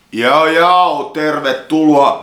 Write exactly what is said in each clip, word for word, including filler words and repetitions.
Joo joo, tervetuloa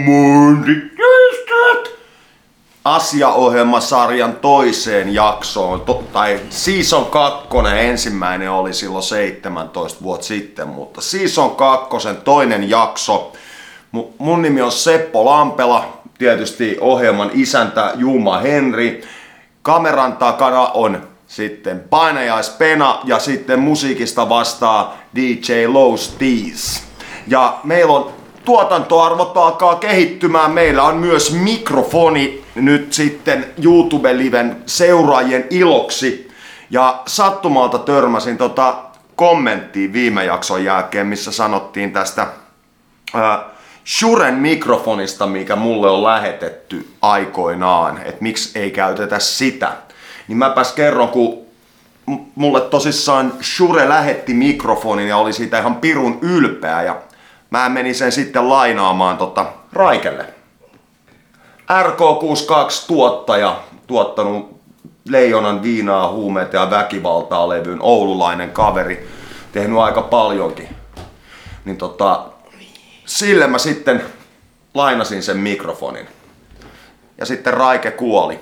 Jumondikästet asiaohjelmasarjan toiseen jaksoon, to, tai season kakkonen, ensimmäinen oli silloin seitsemäntoista vuotta sitten, mutta season kakkosen toinen jakso. M- mun nimi on Seppo Lampela, tietysti ohjelman isäntä Juma Henri. Kameran takana on sitten painajais Pena ja sitten musiikista vastaa D J Low Steez. Ja meillä on tuotantoarvot alkaa kehittymään. Meillä on myös mikrofoni nyt sitten YouTube-liven seuraajien iloksi. Ja sattumalta törmäsin tota kommenttiin viime jakson jälkeen, missä sanottiin tästä ää, Shuren mikrofonista, mikä mulle on lähetetty aikoinaan, että miksi ei käytetä sitä. Niin mäpäs kerron, kun mulle tosissaan Shure lähetti mikrofonin ja oli siitä ihan pirun ylpeä ja mä menin sen sitten lainaamaan tota Raikelle. R K kuusikymmentäkaksi tuottaja, tuottanut Leijonan viinaa, huumeita ja väkivaltaa -levyn, oululainen kaveri, tehnyt aika paljonkin. Niin tota, sille mä sitten lainasin sen mikrofonin. Ja sitten Raike kuoli.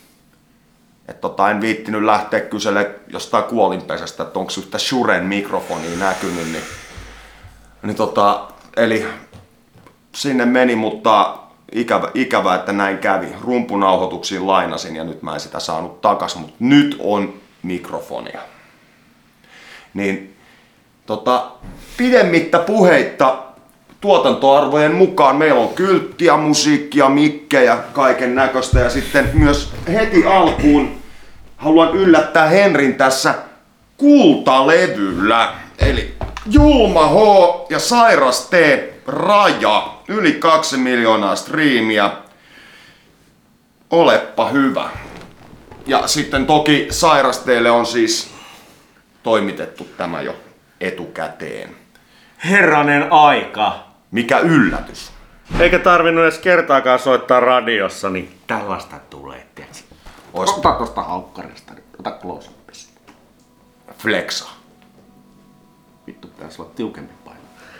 Et tota, en viittinyt lähteä kyselemään jostain kuolinpesästä, että onko yhtä Shuren mikrofonia näkynyt. Niin, niin tota, eli sinne meni, mutta ikävä, ikävä, että näin kävi. Rumpunauhoituksiin lainasin ja nyt mä en sitä saanut takas, mutta nyt on mikrofonia. Niin tota, pidemmittä puheitta tuotantoarvojen mukaan meillä on kylttiä, musiikkia, mikkejä, kaiken näköistä ja sitten myös heti alkuun haluan yllättää Henrin tässä kultalevyllä. Eli Julma H ja Sairas T Raja, yli kaksi miljoonaa striimiä. Olepa hyvä. Ja sitten toki Sairas T:lle on siis toimitettu tämä jo etukäteen. Herranen aika! Mikä yllätys. Eikä tarvinnut edes kertaakaan soittaa radiossa, niin tällaista tulee, tiedätkö? Ois... Ota tosta haukkarista, ota close-upista. Flexa. Vittu, pitäisi olla tiukempi paino.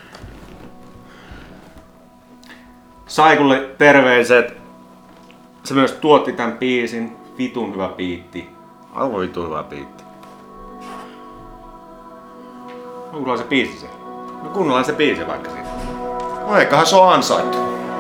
Saikulle terveiset. Se myös tuotti tän biisin. Vitun hyvä biitti. Aivan vitun hyvä biitti. Kuunnellaan se biisi se. No kuunnellaan se biisi vaikka siitä. No eiköhän se on ansaittu.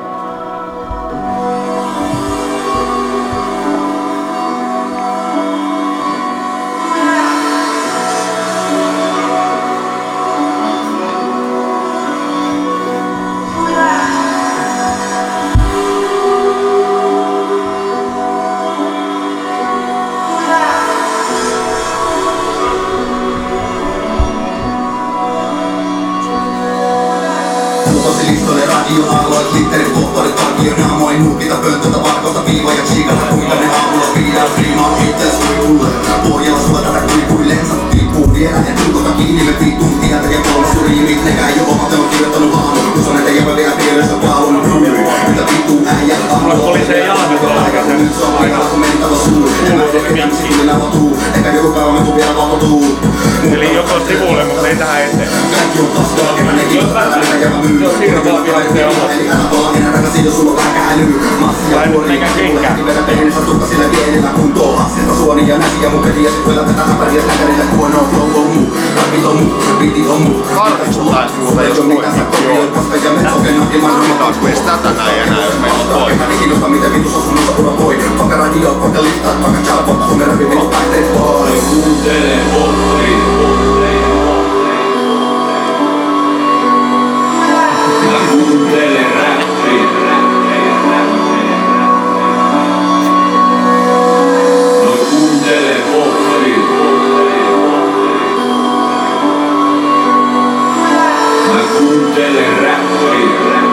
Glitterit, popparit, parkio, naamoin nuukita, pöntötä, varkota, viiva ja chiikata, kuinka ne aamulla piidää, striimaa itseäs huipulle. Pohjalla suodata kuipui, lensat tippuu, vielä ja tulkota kiinni, me vittuun tietä ja kolmastu riimit, nekään ei oo otellut kirjoittanut aamulla, kun on näitä jävä vielä piirrestä paalunut huuli. Mitä vittuun äijät aamulla, oli se jalka, nyt se on paikalla, kun menitalo suuri, enää ehkä musiikille avautuu, eikä joku päivä me kun vielä vapautuu. Eli joko sivulle, mutta ei tähän eteen. Kaikki on paskaa, mä nekin, älä jävä myy. Jos siinä vaan vielä se on. Eli älä vaan enää rakasin, jos sulla on vähän kähälyy. Massia kuori, kuori, vedä pehensä tukka sillä pienellä kuntoon. Hassilta suoni ja näsi ja mun peti ja sit vielä tätä häpäriä läkärillä kuonoa. Flow on muu, rapit on muu, biti on muu. Kartsu taisi muuten jos poikki. Tarvitaanko me edes tätä näin enää, jos meillä on toi? Mä nekin josta miten vitus on sunnossa pura voi. Pakka radio, pakka listat, pakka chalpot, kun me räpi minut päihteet voi. Kuuntele, oppii. Kuuntele räppi. No kuuntele poppi. Mä kuuntelen räppi.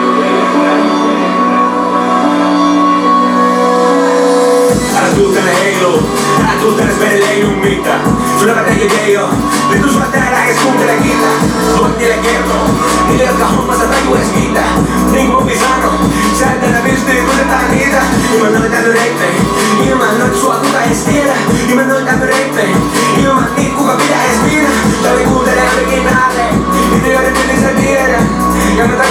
Älä kuuntele heilu. Älä kuuntele vedelle ei oo mitään. Sun eivät ei oo. Vittu sulla täällä edes kuuntele kitää. Voit niille kertoo. Niille jotka hommassa taju ees mitään. Niin kuin Bobi sano. Sä et enää pystyy kuutetaan niitä. Ilman noita reittejä. Ilman noita sua kuka ees tiedä. Ilman noita reittejä. Ilman niitä kuka pitää ees viedä. Täällä kuuntelee originaaleen. Niitä joiden yli sä tiedä. Ja mä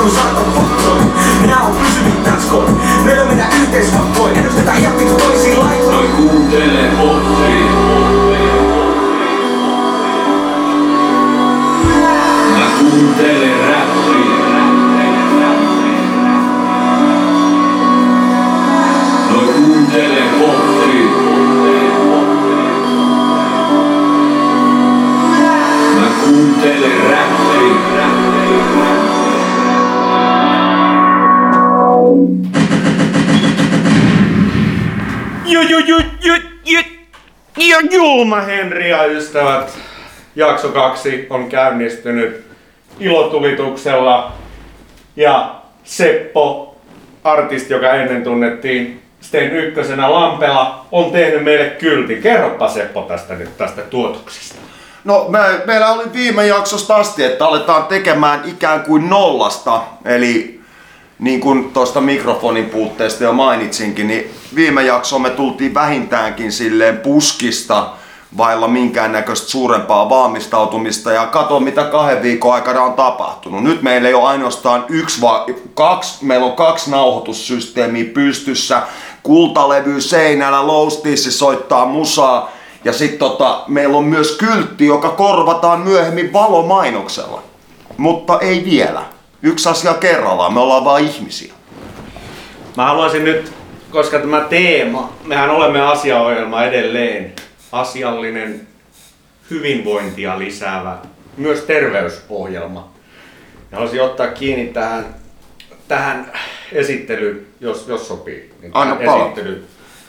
kun saatan faktoin. Nää on pysyvin tatskoin, meillä mennään yhteisvakkoin. Ennustetaan jäppiksi toisiin laitoin. Noi kuuntele pohtii. Mä kuuntelen räppiä. Noi kuuntele pohtii. Mä kuuntelen räppiä. Ju, ju, ju, ju, ju, ja Julma Henri ja ystävät. Jakso kaksi on käynnistynyt ilotulituksella. Ja Seppo, artisti, joka ennen tunnettiin Sten ykkösenä Lampela, on tehnyt meille kyltin. Kerropa Seppo tästä nyt tästä tuotoksesta. No me, meillä oli viime jaksosta asti, että aletaan tekemään ikään kuin nollasta. Eli niin kuin tuosta mikrofonin puutteesta jo mainitsinkin, niin viime jaksoon me tultiin vähintäänkin silleen puskista vailla minkäännäköistä suurempaa valmistautumista ja katso mitä kahden viikon aikana on tapahtunut. Nyt meillä ei ole ainoastaan yksi, vaan kaksi, meillä on kaksi nauhoitussysteemiä pystyssä, kultalevy seinällä, Lowstissi soittaa musaa ja sitten tota, meillä on myös kyltti, joka korvataan myöhemmin valomainoksella. Mutta ei vielä. Yksi asia kerrallaan, me ollaan vaan ihmisiä. Mä haluaisin nyt, koska tämä teema, mehän olemme asiaohjelma edelleen, asiallinen, hyvinvointia lisäävä, myös terveysohjelma. Ja haluaisin ottaa kiinni tähän, tähän esittelyyn, jos, jos sopii. Niin Anna esittely,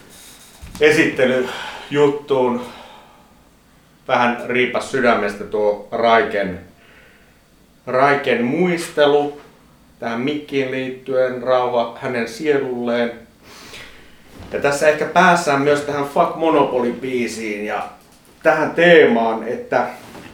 esittelyjuttuun. Vähän riipas sydämestä tuo Raiken, Raiken muistelu. Tähän mikkiin liittyen, rauha hänen sielulleen. Ja tässä ehkä päässään myös tähän Fuck Monopoly-biisiin ja tähän teemaan, että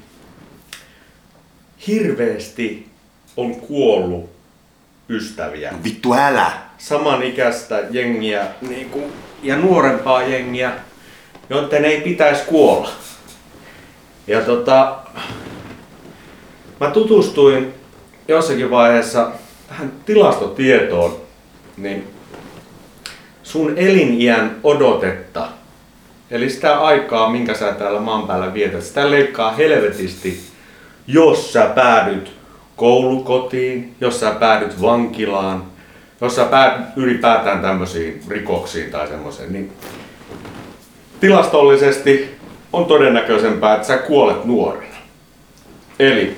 hirveästi on kuollut ystäviä. Vittu älä! Samanikäistä jengiä niin kuin, ja nuorempaa jengiä, joten ei pitäisi kuolla. Ja tota, mä tutustuin jossakin vaiheessa tähän tilastotietoon, niin sun eliniän odotetta, eli sitä aikaa, minkä sä täällä maan päällä vietät, sitä leikkaa helvetisti, jos sä päädyt koulukotiin, jos sä päädyt vankilaan, jos sä päädyt ylipäätään tämmöisiin rikoksiin tai semmoiseen, niin tilastollisesti on todennäköisempää, että sä kuolet nuorena. Eli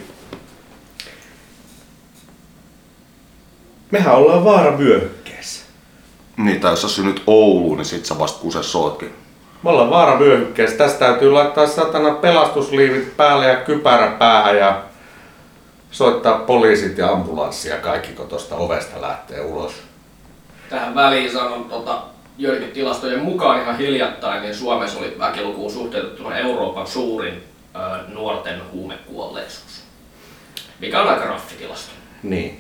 mehän ollaan vaaravyöhykkeessä. Niin, tai jos sä synnyt Ouluun, niin sit sä vasta kuses ootkin. Me ollaan vaaravyöhykkeessä. Tästä täytyy laittaa satana pelastusliivit päälle ja kypärä päähän ja soittaa poliisit ja ambulanssi ja kaikki, kun tuosta ovesta lähtee ulos. Tähän väliin sanon tota, joidenkin tilastojen mukaan ihan hiljattain, niin Suomessa oli väkilukuun suhteutettuna Euroopan suurin ö, nuorten huumekuolleisuus. Mikä on aika raffi tilasto. Niin.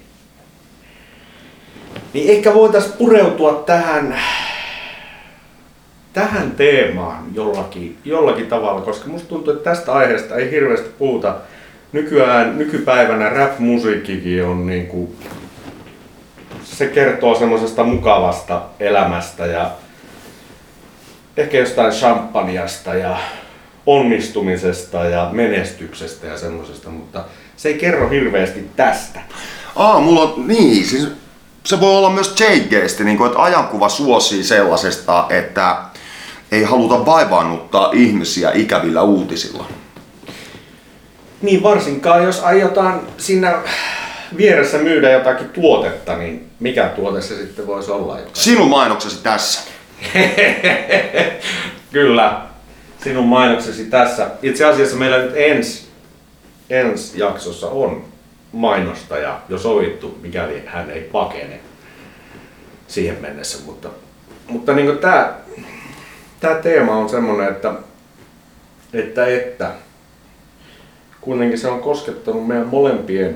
Niin ehkä voitais pureutua tähän, tähän teemaan jollakin, jollakin tavalla, koska musta tuntuu, että tästä aiheesta ei hirveästi puhuta. Nykyään, nykypäivänä rap-musiikkikin on niinku, se kertoo semmosesta mukavasta elämästä ja ehkä jostain champagnesta ja onnistumisesta ja menestyksestä ja semmosesta, mutta se ei kerro hirveästi tästä. Aa, mulla on, niin, siis se voi olla myös J G:stä, niin kuin, että ajankuva suosii sellaisesta, että ei haluta vaivaannuttaa ihmisiä ikävillä uutisilla. Niin varsinkaan jos aiotaan siinä vieressä myydä jotakin tuotetta, niin mikä tuote se sitten voisi olla? Sinun mainoksesi tässä. Kyllä, sinun mainoksesi tässä. Itse asiassa meillä nyt ensi, ensi jaksossa on mainostaja jo sovittu, mikäli hän ei pakene siihen mennessä. Mutta, mutta niin tämä, tämä teema on semmoinen, että, että, että kuitenkin se on koskettanut meidän molempien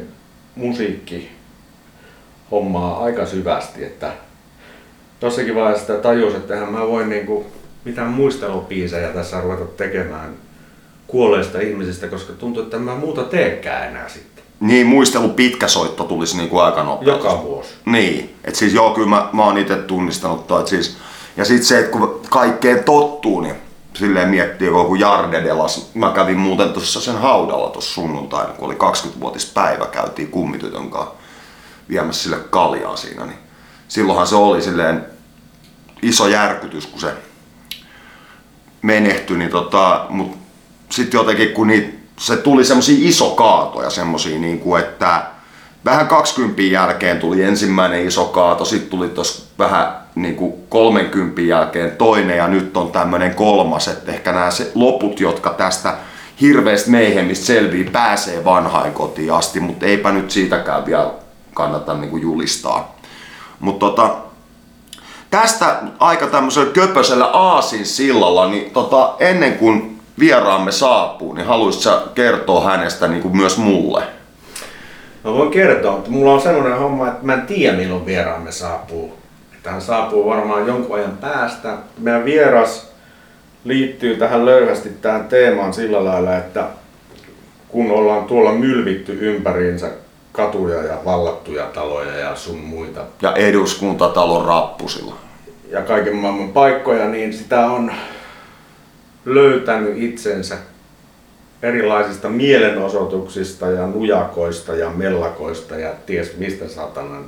musiikkihommaa aika syvästi, että jossakin vaiheessa sitä tajus, että eihän mä voi niinku mitään muistelubiisejä tässä ruveta tekemään kuolleista ihmisistä, koska tuntuu, että en mä muuta teekään enää sitten. Niin, muistelu pitkä soitto tulisi niinku aika nopeasti. Joka vuosi. Niin, et siis joo, kyllä mä, mä oon itse tunnistanut toi, et siis, ja sit se, että kun kaikkeen tottuu, niin silleen miettii joku Jardedelas. Mä kävin muuten tuossa sen haudalla tuossa sunnuntaina, kun oli kaksikymmentävuotispäivä, käytiin kummitytön kanssa viemässä sille kaljaa siinä, niin silloinhan se oli silleen iso järkytys, kun se menehtyi, niin tota, mut sit jotenkin kun niitä, se tuli semmosia iso kaatoja semmosia niinku, että vähän kaksikympin jälkeen tuli ensimmäinen iso kaato, sit tuli tossa vähän niinku kolmenkympin jälkeen toinen ja nyt on tämmönen kolmas, että ehkä nämä loput, jotka tästä hirveästä meihemmistä selvii, pääsee vanhainkotiin asti, mutta eipä nyt siitäkään vielä kannata niinku julistaa. Mutta tota, tästä aika tämmöisellä köpöisellä aasinsillalla, niin tota, ennen kuin vieraamme saapuu, niin haluaisit sä kertoa hänestä niinku myös mulle? Mä voin kertoa, mutta mulla on semmoinen homma, että mä en tiedä milloin vieraamme saapuu. Että hän saapuu varmaan jonkun ajan päästä. Meidän vieras liittyy tähän löyhästi tähän teemaan sillä lailla, että kun ollaan tuolla mylvitty ympäriinsä katuja ja vallattuja taloja ja sun muita. Ja eduskuntatalon rappusilla. Ja kaiken maailman paikkoja, niin sitä on löytänyt itsensä erilaisista mielenosoituksista ja nujakoista ja mellakoista ja ties mistä satanan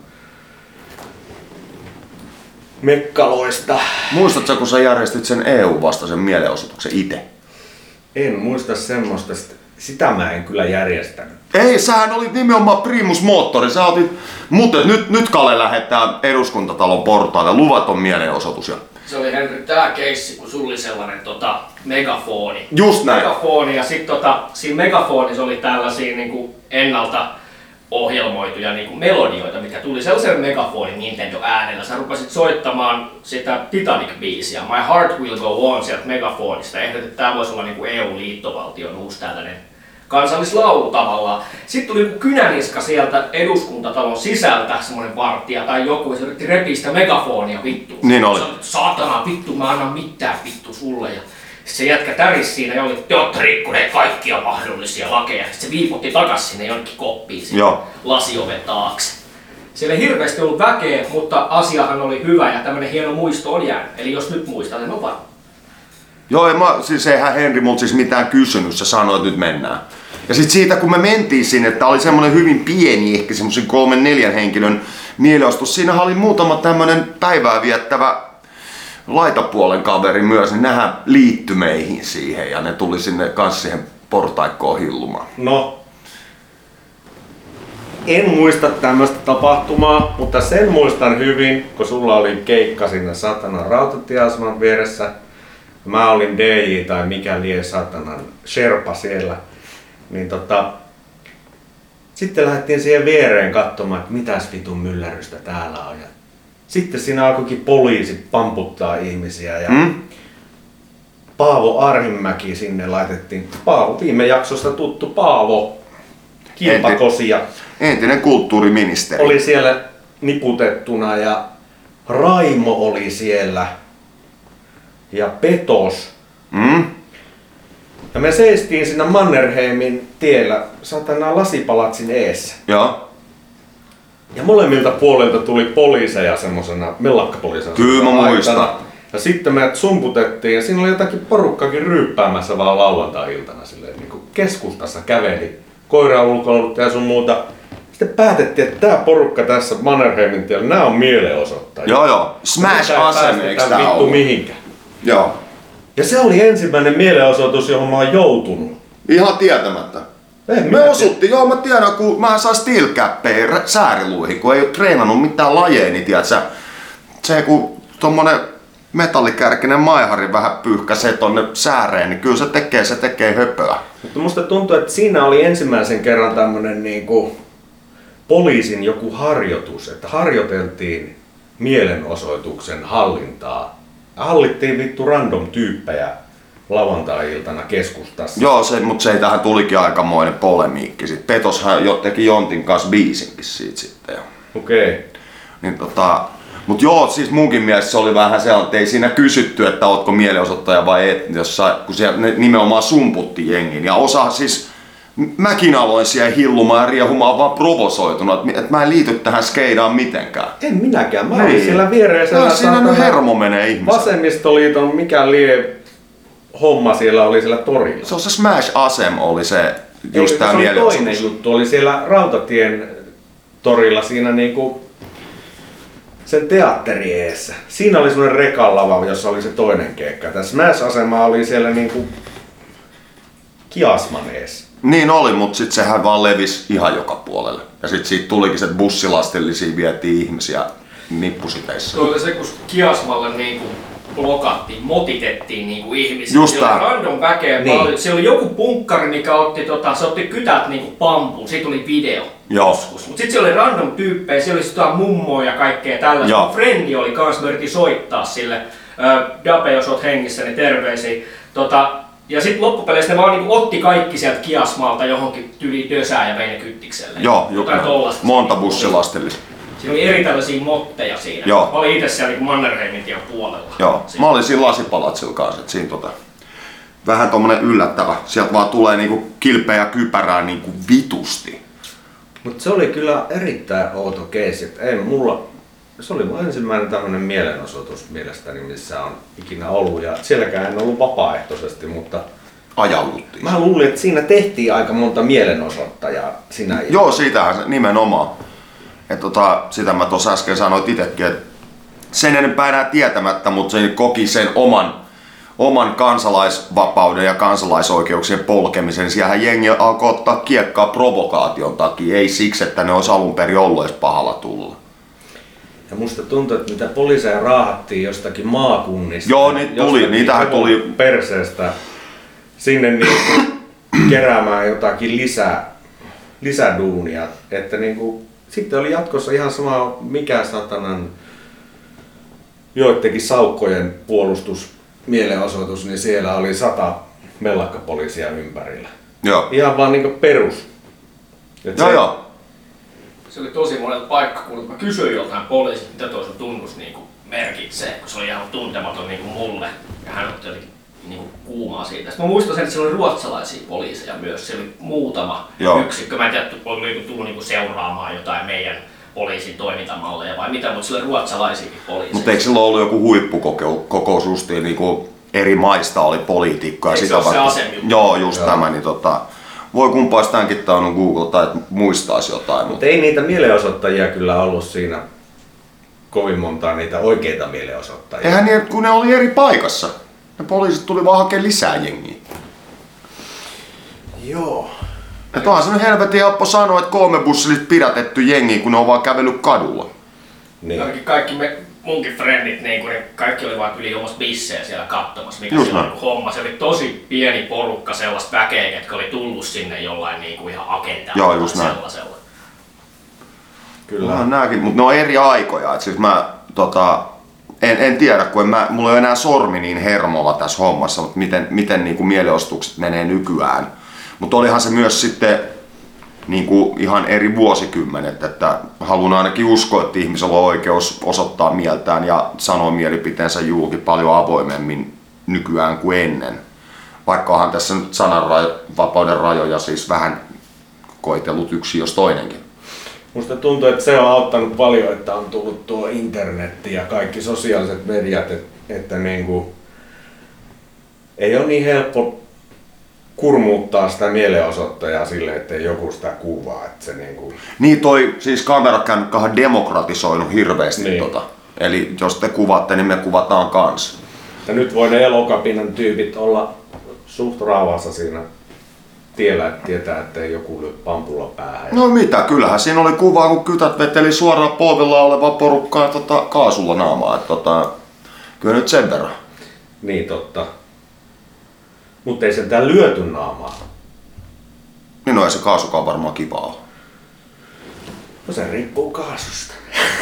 mekkaloista. Muistatko, kun sä järjestit sen E U-vastaisen mielenosoituksen itse? En muista semmoista, sitä mä en kyllä järjestänyt. Ei, sähän olit nimenomaan primus moottori, sä otit, mutta nyt, nyt Kalle lähettää eduskuntatalon portaalle, luvaton mielenosoitus. Ja... Se oli Henry tää keissi, kun sulla oli sellainen tota, megafoni. Just näin. Megafoni ja sit tota, siinä megafonissa oli tällaisia niinku ennalta ohjelmoituja niinku melodioita, mitkä tuli sellaisen megafonin Nintendo äänellä. Sä rupesit soittamaan sitä Titanic-biisiä, My Heart Will Go On sieltä megafonista. Ehdotit, että tää voisi olla niinku E U-liittovaltion uusi tällainen kansallislaulu tavallaan. Sitten tuli joku kynäniska sieltä eduskuntatalon sisältä, semmonen vartija tai joku, ja se yritti repiä sitä megafonia vittu. Niin oli. Sanoit, saatana vittu, mä annan mitään vittu sulle. Ja sitten se jätkä täris siinä ja oli, että te ootte rikkoneet kaikkia mahdollisia lakeja. Sitten se viiputti takas sinne jonnekin koppiin sinne lasioven taakse. Siellä ei hirveästi ollut väkeä, mutta asiahan oli hyvä ja tämmönen hieno muisto on jäänyt. Eli jos nyt muistat, niin on varma. Joo, en mä, siis eihän Henri multa siis mitään kysynyt, se sanoi, että nyt mennään. Ja sit siitä kun me mentiin sinne, että oli semmonen hyvin pieni, ehkä semmosen kolmen neljän henkilön mielenosoitus. Siinähän oli muutama tämmönen päivää viettävä laitapuolen kaveri myös, niin nehän liittyi meihin siihen ja ne tuli sinne kans siihen portaikkoon hillumaan. No, en muista tämmöistä tapahtumaa, mutta sen muistan hyvin, kun sulla oli keikka sinne satanan rautatieaseman vieressä. Mä olin D J tai mikä lie satanan sherpa siellä. Niin tota, sitten lähdettiin siihen viereen katsomaan, että mitäs vitun myllärystä täällä on. Ja sitten siinä alkoikin poliisi pamputtaa ihmisiä ja mm? Paavo Arhimäki sinne laitettiin. Paavo, viime jaksosta tuttu Paavo Kilpakosia. Entinen kulttuuriministeri. Oli siellä niputettuna ja Raimo oli siellä ja Petos. Mm? Ja me seistiin siinä Mannerheimin tiellä satana lasipalatsin eessä. Joo. Ja molemmilta puolilta tuli poliiseja semmosena mellakkapoliisena. Kyllä mä muistan. Ja sitten meidät sumputettiin ja siinä oli jotakin porukkakin ryyppäämässä vaan lauantai-iltana silleen, niin kuin keskustassa käveli. Koira ulkoilutta ja sun muuta. Sitten päätettiin, että tää porukka tässä Mannerheimin tiellä, nää on mielenosoittajia. Joo joo, Smash-aseme, eiks tää vittu ollut? mihinkään. Joo. Ja se oli ensimmäinen mielenosoitus, johon mä oon joutunut. Ihan tietämättä. En Me minä osuttiin, joo mä tiedän, kun mä sain steel-käppejä sääriluihin, kun ei oo treenannut mitään lajeja, niin tiedät sä, se kun tommonen metallikärkinen maihari vähän pyyhkäsee tonne sääreen, niin kyllä se tekee, se tekee höpöä. Mutta musta tuntuu, että siinä oli ensimmäisen kerran tämmönen niinku poliisin joku harjoitus, että harjoiteltiin mielenosoituksen hallintaa. Hallittiin vittu random tyyppejä lauantai-iltana keskustassa. Joo, se, mutta se tähän tulikin aikamoinen polemiikki. Sit Petoshan jo teki Jontin kanssa biisinkin siitä sitten. Okei. Okay. Niin tota, mut joo, siis munkin mielestä se oli vähän sellainen, että ei siinä kysytty, että ootko mielenosoittaja vai et, jossa, kun siellä nimenomaan sumputti jengin. Ja osa siis, mäkin aloin siellä hillumaan ja riehumaan vaan provosoituna, että mä en liity tähän skeidaan mitenkään. En minäkään, mä Niin. olin siellä viereisellä. No, siinä nyt hermo menee ihmisellä. Vasemmistoliiton mikä lie homma siellä oli siellä torilla. Se on se Smash Asem oli se just Ei, tää se oli mielenosoitus. toinen juttu, oli siellä Rautatien torilla siinä niinku sen teatteri eessä. Siinä oli semmonen rekalava, jossa oli se toinen keikka. Tässä Smash-asema oli siellä niinku Kiasman eessä. Niin oli, mutta sitten sehän vaan levisi ihan joka puolelle. Ja sitten siitä tulikin se, että bussilastillisia vietiin ihmisiä nippusiteissä. Tuo oli se, kun Kiasmalle niinku blokattiin, motitettiin niinku ihmisiä. Just Siellä oli tää. random väkeä Niin. paljon. Siellä oli joku punkkari, mikä otti, tota, se otti kytät niinku pampuun. Siitä tuli video Joo. joskus. Mut sit siellä oli random tyyppejä, siellä oli sitä mummoa ja kaikkea tällaista. Joo. Mun frendi oli kans, mä yritin soittaa sille. Ö, Dape, jos oot hengissä, niin terveisiä. Tota, ja sitten loppupeleissä ne vaan niinku otti kaikki sieltä Kiasmaalta johonkin tyliin dösää ja vei ne kyttikselle. Joo, Jotain tollasta. monta bussilastillista. Siinä oli eri tällaisia motteja siinä. Joo. Mä olin itse siellä niinku Mannerheimin tien puolella. Joo, Siinä. mä olin siinä lasipalatsilla kanssa, että siinä tota, vähän tommonen yllättävä. Sieltä vaan tulee niinku kilpeä ja kypärää niinku vitusti. Mutta se oli kyllä erittäin outo keissi. että Ei mulla, se oli mun ensimmäinen tämmönen mielenosoitus mielestäni, missä on ikinä ollut. Ja sielläkään en ollut vapaaehtoisesti, mutta Ajauduttiin. mä luulin, että siinä tehtiin aika monta mielenosoittajaa sinä. Joo, siitähän se nimenomaan. Et tota, sitä mä tuossa äsken sanoin itsekin, että sen enempää enää tietämättä, mutta se koki sen oman, oman kansalaisvapauden ja kansalaisoikeuksien polkemisen. Niin siellähän jengi alkoi ottaa kiekkaa provokaation takia, ei siksi, että ne olisi alun perin ollut edes pahalla tulla. Ja musta tuntuu, että mitä poliiseja raahattiin jostakin maakunnista. Joo, niitä tuli, jostakin niitähän hevon tuli. Perseestä sinne niinku keräämään jotakin lisää, lisäduunia. Että niinku, sitten oli jatkossa ihan sama mikä satanan joittekin saukkojen puolustusmielenosoitus, niin siellä oli sata mellakkapoliisia ympärillä. Joo, Ihan vaan niinku perus. Et joo, se- joo. Se oli tosi monelta paikkakunnalta. Mä kysyin joltain poliisilta, mitä toi sun tunnus niinku merkitsee, kun se oli ihan tuntematon niinku mulle. Ja hän otti jotenkin niinku kuumaa siitä. Sitten mä muistan sen, että siellä oli ruotsalaisia poliiseja myös. Siellä oli muutama Joo. yksikkö. Mä en tiedä, oliko tullut niinku seuraamaan jotain meidän poliisin toimintamalleja vai mitä, mutta siellä oli ruotsalaisiakin poliiseja. Mutta eikö silloin ollut joku huippukokous justiin niinku eri maista oli poliitikkoja? Eikö se ole se varten- asemjuttu? Joo, just Joo. tämä. Niin tota, voi kumpaa olisi tämänkin tainnut Google tai että muistaisi jotain. Mutta ei niitä mielenosoittajia kyllä ollut siinä kovin montaa niitä oikeita mielenosoittajia. Eihän niin, kun ne oli eri paikassa. Ne poliisit tuli vaan hakemaan lisää jengiä. Joo. Että onhan se nyt helvetin helppo sanoa, että kolme bussillista pidätetty jengi, kun ne on vaan kävellyt kadulla. Niin. Ainakin kaikki me, munkin frendit, niin kun ne kaikki oli vaan yli omasta bissejä siellä katsomassa, mikä Just siellä näin. oli homma. Se oli tosi pieni porukka sellaista väkeä, jotka oli tullut sinne jollain niin kuin ihan agendalla Joo, tai just näin. sellaisella. Kyllä. Onhan nääkin, mutta ne on eri aikoja. Et siis mä tota, en, en tiedä, kun en mä, mulla ei ole enää sormi niin hermolla tässä hommassa, mutta miten, miten niin kuin mielenosoitukset menee nykyään. Mutta olihan se myös sitten niin kuin ihan eri vuosikymmenet, että haluan ainakin uskoa, että ihmisellä on oikeus osoittaa mieltään ja sanoa mielipiteensä julki paljon avoimemmin nykyään kuin ennen. Vaikka onhan tässä nyt sananvapauden rajoja siis vähän koetellut yksi jos toinenkin. Musta tuntuu, että se on auttanut paljon, että on tullut tuo internetti ja kaikki sosiaaliset mediat, että, että niinku, ei ole niin helppo kurmuuttaa sitä mielenosoittajaa sille, ettei joku sitä kuvaa. Että se niinku... Niin toi siis kamerakännykkähän demokratisoinut hirveästi Niin. tota. Eli jos te kuvaatte, niin me kuvataan kans. Ja nyt voi ne Elokapinan tyypit olla suht rauhassa siinä tiellä, että tietää, ettei joku lyö pampulla päähän. No mitä, kyllähän siinä oli kuva, kun kytät veteli suoraan polvilla olevaa porukkaa tota, kaasulla naamaa. Et, tota, kyllä nyt sen verran. Niin totta. Mutta ei sentään lyöty naamaa. Niin no ei se kaasukaan varmaan kivaa ole. No se riippuu kaasusta.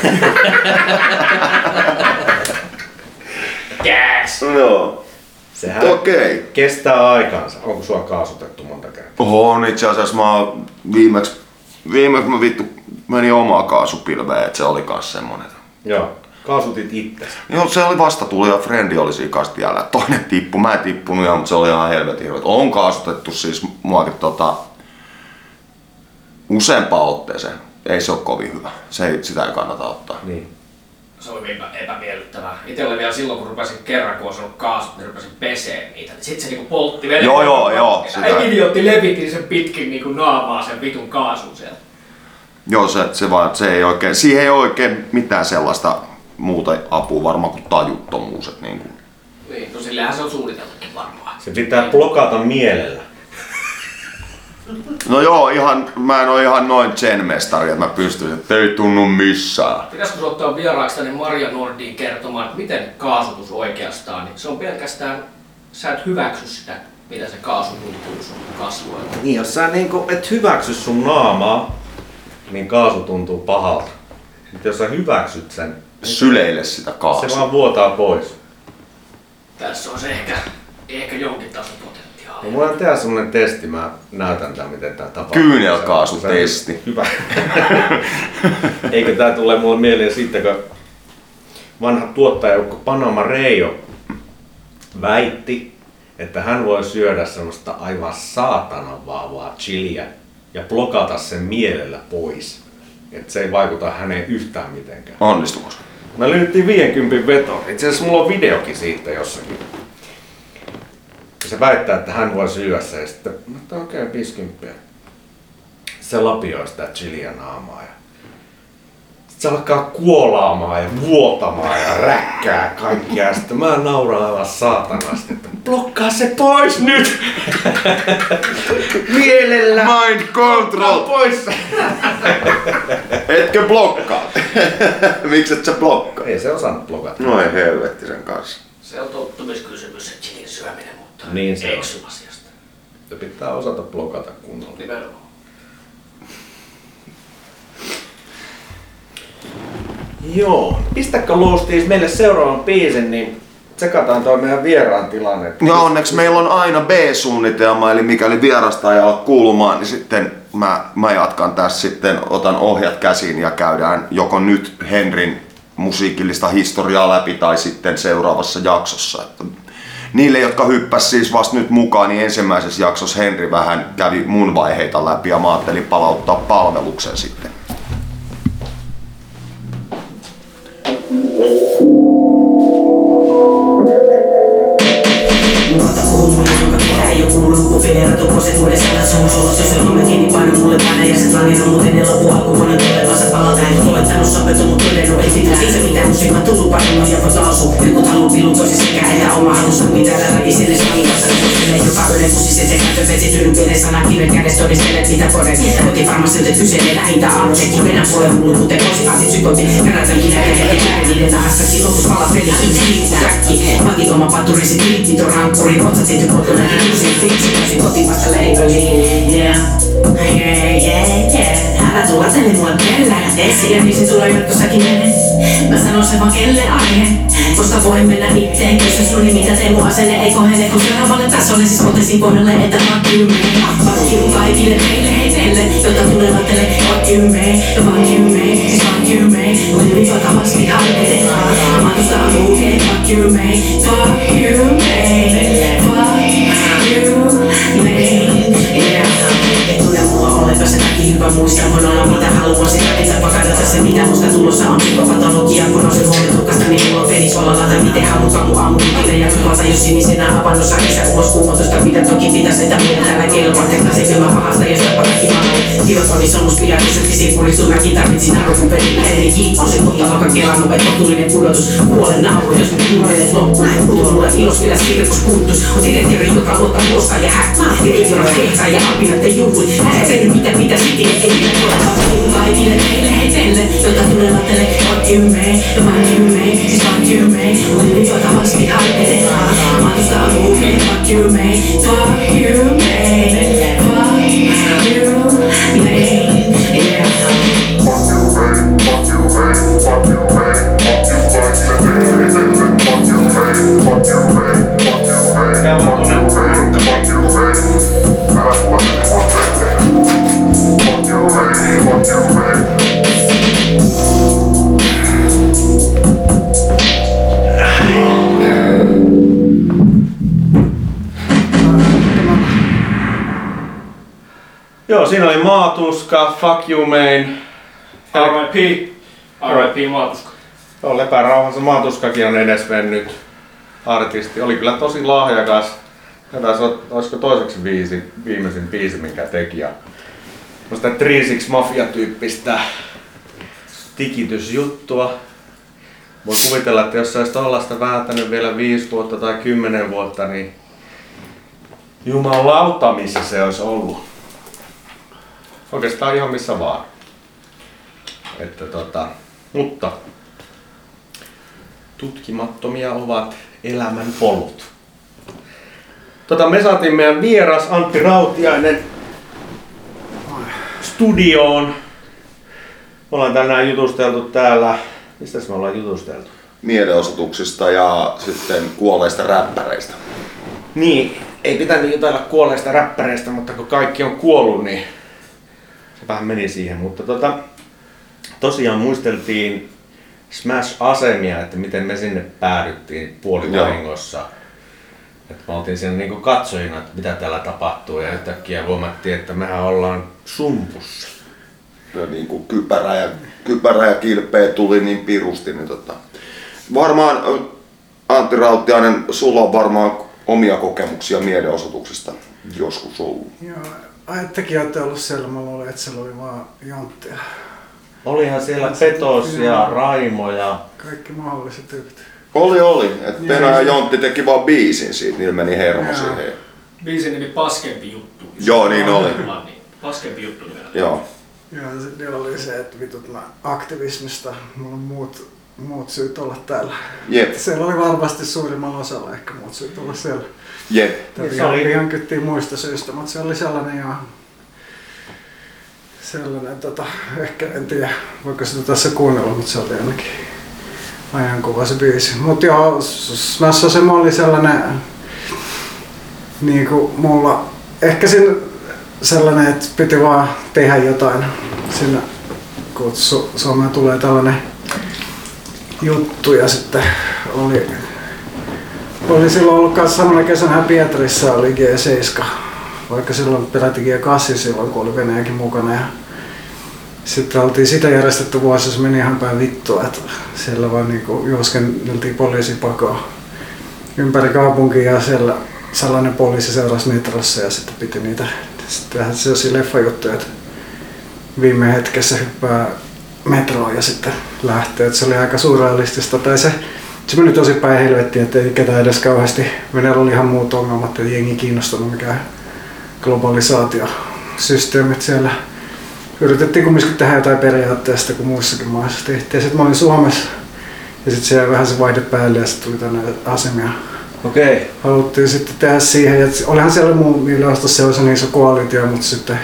Gas! Joo. Sehän Okei. kestää aikansa. Onko sua kaasutettu monta kertaa? Oho, on itse asiassa mä oon viimeksi, viimeksi mä vittu menin omaa kaasupilveä, että se oli kans semmonen. Joo. Kaasutit itsesi. Joo, se oli vastatuli ja frendi oli siinä kanssa tiellä. Toinen tippu, mä en tippunut ihan, mutta se oli ihan helvetin hirveä. On kaasutettu siis muakin tota, useampaan otteeseen. Ei se ole kovin hyvä. Se ei, sitä ei kannata ottaa. Niin. Se oli epä, epämiellyttävää. Itse oli vielä silloin, kun rupesin kerran, kun olisi ollut kaasut, niin rupesin peseen niitä. Sitten se niinku poltti veden. Joo, joo, joo. Ei idiootti levitin sen pitkin niinku naamaa sen vitun kaasun siellä. Joo, se, se, vaan, se ei oikein, siihen ei oikein mitään sellaista muuta apua varmaan kuin tajuttomuuset. Niin, kuin. Niin, no sillähän se on suunniteltukin varmaan. Se pitää blokata mielellä. No joo, ihan, mä en oo ihan noin zen-mestari, että mä pystyisin, että ei tunnu missään. Pitäisikö sun ottaa vieraaksi tänne Maria Nordiin kertomaan, että miten kaasutus oikeastaan, niin se on pelkästään, sä et hyväksy sitä, mitä se kaasu tuntuu sun kasvoilla. Niin, jos sä niinku et hyväksy sun naamaa, niin kaasu tuntuu pahalta. Mutta jos sä hyväksyt sen, Syleille sitä kaasua. se vaan vuotaa pois. Tässä on se ehkä, ehkä jonkin tason potentiaali. No, mulla on tehdä semmonen testi, mä näytän tää miten tää tapahtuu. Kyynelkaasutesti. Hyvä. Eikö tää tule mulle mieleen siitä, kun vanha tuottajajoukko Panama Reijo väitti, että hän voi syödä semmoista aivan saatanan vahvaa chiliä ja blokata sen mielellä pois. Että se ei vaikuta häneen yhtään mitenkään. Onnistuko se? Mä lyhyttiin viidenkympin veto. Itse asiassa mulla on videokin siitä jossakin. Se väittää, että hän voi syödä se ja sitten, no okei, okay, viisikymmentä. Se lapioi sitä chiliä naamaa ja sitten se alkaa kuolaamaan ja vuotamaan ja räkkää kaikkia ja sitten mä nauraan aivan saatanasti, että blokkaa se pois nyt! Mielellä! Mind control! Pois! Etkö blokkaa? Miksi et sä blokkaa? Ei se osannut blokata. No ei helvetti sen kanssa. Se on tottumiskysymys, se chilin syöminen, mutta Niin se on. eksy asiasta. Se pitää osata blokata kunnolla. Nimenomaan. Joo, pistäkö Lousties meille seuraavan biisin, niin tsekataan toi meidän vieraan tilanne. Ja onneksi meillä on aina B-suunnitelma, eli mikäli vierasta ei ala kuulumaan, niin sitten mä, mä jatkan tässä sitten, otan ohjat käsiin ja käydään joko nyt Henrin musiikillista historiaa läpi tai sitten seuraavassa jaksossa. Että niille, jotka hyppäs siis vasta nyt mukaan, niin ensimmäisessä jaksossa Henri vähän kävi mun vaiheita läpi ja mä ajattelin palauttaa palveluksen sitten. Joku lukku Federatu proseduudessa suun sulossa se on kiinni paino mulle paine ja se langin on muuten ennen loppu alkuvuoden tulevansa palata en olettanut sopetunut todennut ei sitä ei se mitään mun silmät tullut paremmin ja voit lausua jotkut haluu pilutoisi sekä että oma halus kun pitää läpi väkiselle slangassa kohtelee joka ylen kusisen sekä töpetsittynyt pienen sanan kiven kädessä todistelet mitä poden kotifarmaseutit kyselee lähintä aamuisen kivenän puolen hullu kuten kosipaatit psykoti kerätän minä ja käy niiden tahassa silloin kun palapeli kiinni käkki pakit oma paturisi tilipito rankkuri otsat siitä kotona Fiksi tosi kotimaista leipeliin, yeah, yeah, yeah, yeah. Älä tulla tänne mulle pelle, tee siihen biisin sulla jatkossakin mene. Mä sanon se vaan kelle aihe, koska voi mennä itteen. Kysy suni mitä tee mun asenne ei kohene, kun seuraavalle tasolle siis kotesin kohdalle, että fuck you me. Fuck you kaikille teille hei teille, joita tulevat teille. Fuck you me, ja fuck you me, siis fuck you me. Mutta vakavasti haluatte, matustaa lukee. Fuck you me, fuck you me, fuck ei tule mulla olepa se takia hyvä muistaa. Voin olla mitä haluan, sitä ei saa pakadata se mitä musta tulossa on psykopatologia. Kun on se huomitukasta niin mulla on penisvalalla tai miten halukaan mun aamukipille ja tuolta jos sinisenä avannossa kesä ulos kuumotusta. Mitä toki pitäis että mulla täällä kelpaa tekna se kyllä pahasta jos tapa kaikki maailman. Tilotroni solmus pidätys yksi sipuristu mäkin tarvitsin arvokun perille. Eli kiitos se kohta lokan kelannut et kohtuullinen pudotus. Puolen nauru jos nyt nuoreille loppu. Puhuu mulle ilos vielä sirkus kuntus. On direktiori joka luottaa luostaa ja häkkää. Direktiori tehtsää ja apinat ja juhli. Ääseni mitä mitä sitille ei millä tuota. Kaikille teille hei teille, joita tulevat teille. Fuck you me, ja fuck you me, siis fuck you me. Mutta vakavasti haluatte, matustaa lukee. Fuck you me, fuck you me, fuck you me, yeah. Joo, siinä oli Maatuska, Fuck You Main. R I P. R I P Maatuska. Joo, lepärauhansa Maatuskakin on edesmennyt artisti. Oli kyllä tosi lahjakas. Jotain, olisiko toiseksi biisi, viimeisin biisi, minkä teki. Sitä Triisiksi Mafia-tyyppistä tikitysjuttua. Voi kuvitella, että jos sä olisit tollaista vääntänyt vielä viisi vuotta tai kymmenen vuotta, niin jumalauta missä se olisi ollut. Oikeastaan ihan missä vaan. Että tota, mutta tutkimattomia ovat elämän polut. Tota, me saatiin meidän vieras Antti Rautiainen studioon. Me ollaan tänään jutusteltu täällä. Mistäs me ollaan jutusteltu? Mielenosoituksista ja sitten kuolleista räppäreistä. Niin, ei pitänyt jutella kuolleista räppäreistä, mutta kun kaikki on kuollut, niin se vähän meni siihen. Mutta tota, tosiaan muisteltiin Smash-asemia, että miten me sinne päädyttiin puolivahingossa. Että me oltiin siellä niinku katsojina, että mitä täällä tapahtuu, ja yhtäkkiä huomattiin, että mehän ollaan sumpussa. Ja niin kuin kypärä ja, kypärä ja kilpeä tuli niin pirusti. Niin tota. Varmaan Antti Rautiainen, sulla on varmaan omia kokemuksia mielenosoituksista joskus ollut. Joo, ai tekin olette ollut siellä, mä luulen, että siellä oli vaan Jonttia. Olihan siellä Petos ja Raimo ja kaikki mahdolliset tyypit. Oli, oli. Että Pena ja Jontti teki vaan biisin siitä, niillä meni hermo siihen. Biisin nimi Paskempi juttu. Joo, niin oli. Paskempi juttu nimellä. Joo. Joo, sitten oli se, että vitut mä aktivismista, mulla on muut, muut syyt olla täällä. Jep. Siellä oli varmasti suurimmalla osalla ehkä muut syyt olla siellä. Jep. Se oli ihan kyttiin muista syistä, mutta se oli sellainen ja sellainen, tota, ehkä en tiedä, voiko sitä tässä kuunnella, mutta se oli ainakin ajankuva se biisi. Mut joo, Smash-asema oli sellainen, niinku mulla, ehkä siinä sellainen, että piti vaan tehdä jotain siinä, kun Su- Suomeen tulee tällainen juttu ja sitten oli, oli silloin ollut kanssa samana kesänä Pietarissa oli G seitsemän, vaikka silloin peräti G kahdeksan silloin, kun oli Venäjäkin mukana. Ja sitten oltiin sitä järjestetty vuosi, se meni ihan päin vittua, että siellä vaan niinku juoskenneltiin poliisipakoon ympäri kaupunkia ja siellä sellainen poliisi seurasi metrossa ja sitten piti niitä sitten tehdä sellaisia leffajuttuja, että viime hetkessä hyppää metroon ja sitten lähtee, että se oli aika surrealistista. Tai se, se meni tosi päin helvettiin, että ei ketään edes kauheasti. Venäjällä oli ihan muut ongelmat, että jengi kiinnostunut mikään globalisaatiosysteemit siellä. Yritettiin kumminkin tehdä jotain periaatteesta, kun muissakin maissa tehtiin. Sitten mä olin Suomessa ja sitten siellä vähän se vaihde päälle ja sitten tuli tänne asemia. Okei. Okay. Haluttiin sitten tehdä siihen, ja olihan siellä muu mielenostossa sellaisen iso koalitio, mutta sitten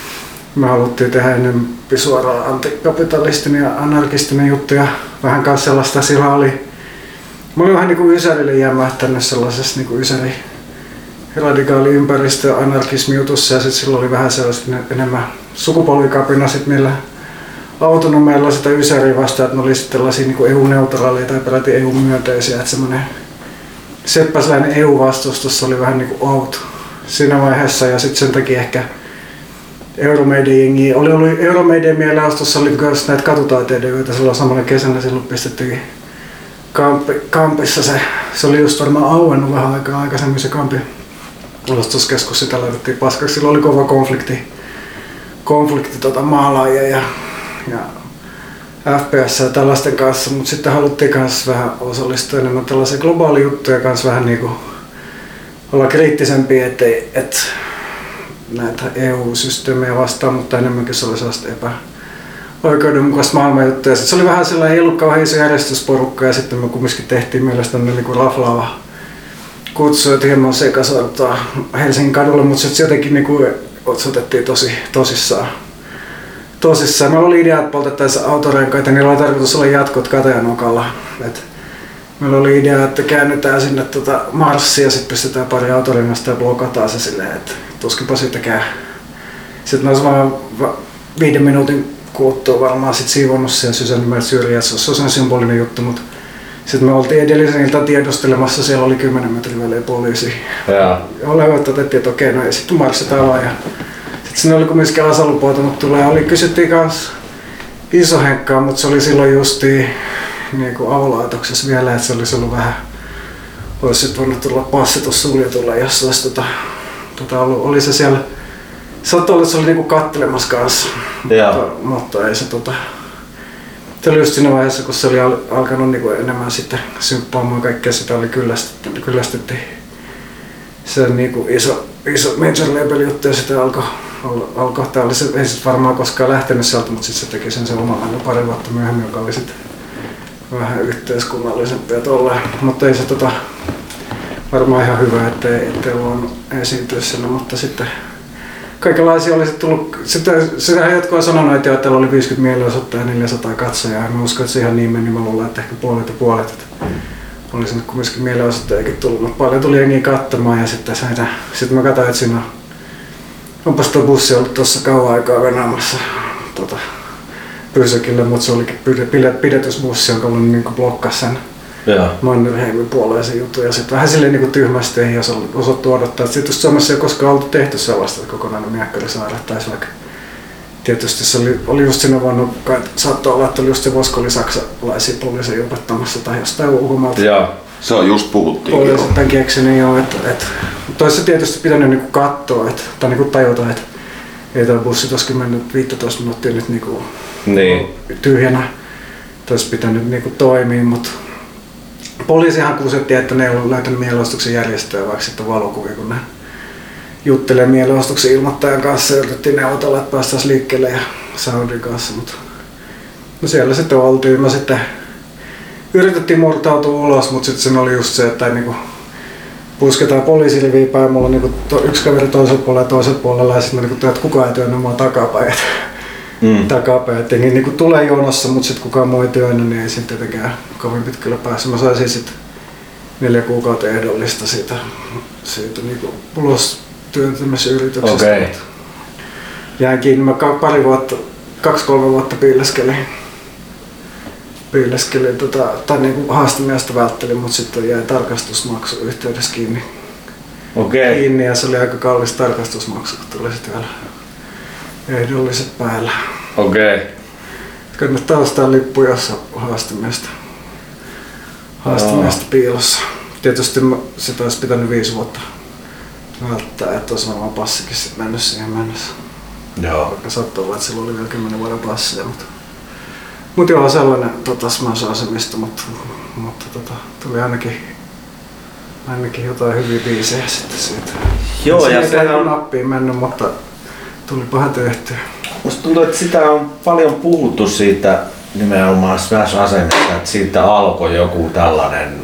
me haluttiin tehdä enemmän suoraan antikapitalistinen ja anarkistinen juttu ja vähän kanssa sellaista sillä oli. Mä olin vähän niinku ysärille jämähtänyt sellaisessa niinku ysäri radikaali ympäristö anarkismi jutussa ja sitten silloin oli vähän sellaista enemmän sukupolvikapina sit millä autonomeilla sitä ysäriä vastaan, että ne oli sitten tällaisia niinku E U-neutraaleja tai peräti E U-myönteisiä, että semmoinen seppäsläinen E U-vastustus oli vähän niinku out siinä vaiheessa ja sitten sen takia ehkä Euromeiden jengi oli ollut Euromeiden mielenostossa oli myös näitä katutaiteilijoita silloin samana kesänä silloin pistettiin kampi, kampissa se, se oli just varmaan auennut vähän aikaa aikaisemmin se kampi olostuskeskus, sitä laitettiin paskaksi, silloin oli kova konflikti konflikti tota maalaajia ja, ja F P S ja tällaisten kanssa, mutta sitten haluttiin myös vähän osallistua enemmän tällaisia globaalia juttuja kanssa vähän niinku olla kriittisempiä, ettei et näitä E U-systeemejä vastaan, mutta enemmänkin se oli sellaista epäoikeudenmukaista maailmanjuttuja. Sitten se oli vähän sellainen, ei ollut kauhean iso järjestysporukka ja sitten me kumminkin tehtiin mielestäni niinku raflaava kutsu, että hieman sekasortoa Helsingin kadulla, mutta sitten jotenkin niinku otettiin tosi tosissaan. Tosissaan. Meillä oli idea, että poltettaisiin autorenkaita, niillä oli tarkoitus olla jatkot Katajanokalla. Et meillä oli idea, että käännytään sinne tota Marssiin ja sitten pistetään pari autorengasta ja blokataan se silleen, että tuskinpa siitäkään. Sitten olisi vaan viiden minuutin kuluttua varmaan sit siivonnut sen sysännyt meiltä syrjään, se olisi sen symbolinen juttu, mutta sitten me oltiin edellisen iltaan tiedustelemassa, siellä oli kymmenen metrin välein poliisi. Ja olevat otettiin, että okei, no ja sitten marssitaan vaan ja sitten Sinne oli kumminkin aselupoitanut tulee. Oli, kysyttiin kans Iso-Henkkaa, mutta se oli silloin justiin niinku avolaitoksessa vielä, että se olisi ollut vähän, olisi sit voinut tulla passitus suljetulla, jos olisi tota, tota ollut, oli se siellä, saattoi olla, että se oli niinku kattelemassa kanssa, mutta, mutta ei se tota, se oli just siinä vaiheessa, kun se oli al, alkanut niinku enemmän sitten symppaamaan kaikkea, sitä oli kyllästetty, kyllästettiin se niinku iso, iso major label juttu ja sitä alkoi alkoi, tää oli se, ei se varmaan koskaan lähtenyt sieltä, mutta sitten se teki sen se omalla pari vuotta myöhemmin, joka oli sitten vähän yhteiskunnallisempi ja tolleen. Mutta ei se tota, varmaan ihan hyvä, ettei, ettei voinut esiintyä sinne, mutta sitten kaikenlaisia olisi tullut, sitä, sitähän jotkut on sanonut, että täällä oli viisikymmentä mielenosoittajaa ja neljäsataa katsojaa, ja mä uskon, että se ihan niin meni, mä luulen, että ehkä puolet ja puolet. Että oli sinne kumminkin mielenosoittajakin tullut, mutta paljon tuli jengiä katsomaan ja sitten sit mä katsoin, että siinä on onpas tuo bussi ollut tuossa kauan aikaa venämässä tota, Pysäkille, mutta se olikin pidetysbussi, joka oli niin blokkasi sen Mannerheimin puoleisen jutun. Ja sitten vähän silleen niin tyhmästi ei osattu odottaa. Sitten just Suomessa ei koskaan ollut tehty sellaista, että kokonainen Miekkärisaari taisi vaikka. Tietysti se oli, oli just siinä vuonna, kai saattoi olla, että oli just se Vosko oli saksalaisia poliiseja opettamassa tai jostain ulkomailta. Joo, se on just puhuttiin. Poliisit tämän keksinyt jo, että et, toissa tietysti pitänyt niinku katsoa, et, tai niinku tajuta, että ei tämä bussi tuossa kymmenen viisitoista minuuttia nyt niinku niin. tyhjänä. Toissa pitänyt niinku toimia, mutta poliisihan kuusetti, että ne ei ollut löytänyt mielenosoituksen järjestäjää, vaikka sitten valokuvia, kun ne juttelee mielenosoituksen ilmoittajan kanssa ja yritettiin neuvotella, että päästäisiin liikkeelle ja Soundin kanssa. Mutta no siellä sitten oltiin. Mä sitten yritettiin murtautua ulos, mutta sitten siinä oli just se, että niinku pusketaan poliisiliviä päin. Mulla on niinku to, yksi kaveri toisella puolella ja toisella puolella ja sitten niinku, että kukaan ei työnnä mua takapäin. Mm. takapäin. Et niinku tulee jonossa, mutta sitten kukaan muu ei työnnä, niin ei sitten tietenkään kovin pitkälle päässä. Mä saisin sitten neljä kuukautta ehdollista siitä, siitä niinku ulos työntämisyrityksestä. Okay. Jäin kiinni. Mä pari vuotta, kaksi kolme vuotta piileskelin. Piileskelin tota, tai niinku haastamiestä välttelin, mutta sitten jäi tarkastusmaksu yhteydessä kiinni. Okay. kiinni. Ja se oli aika kallis tarkastusmaksu, kun tuli sitten vielä ehdolliset päällä. Okei. Okay. Kannattaa ostaa lippu jossain haastamiestä. Haastamiestä piilossa. Tietysti sitä olisi pitänyt viisi vuotta välttää, että olisi varmaan passikin sit mennyt siihen mennessä. Joo. Vaikka saattoi olla, että sillä oli vielä kymmenen vuoden passia. Mutta, mutta joo, sellainen tota, smash-asemista, mutta, mutta tota, tuli ainakin, ainakin jotain hyviä biisejä sitten siitä. Joo, se ja ei se on nappiin mennyt, mutta tuli paha tehtyä. musta tuntuu, että sitä on paljon puhuttu siitä nimenomaan smash-asemista, että siitä alkoi joku tällainen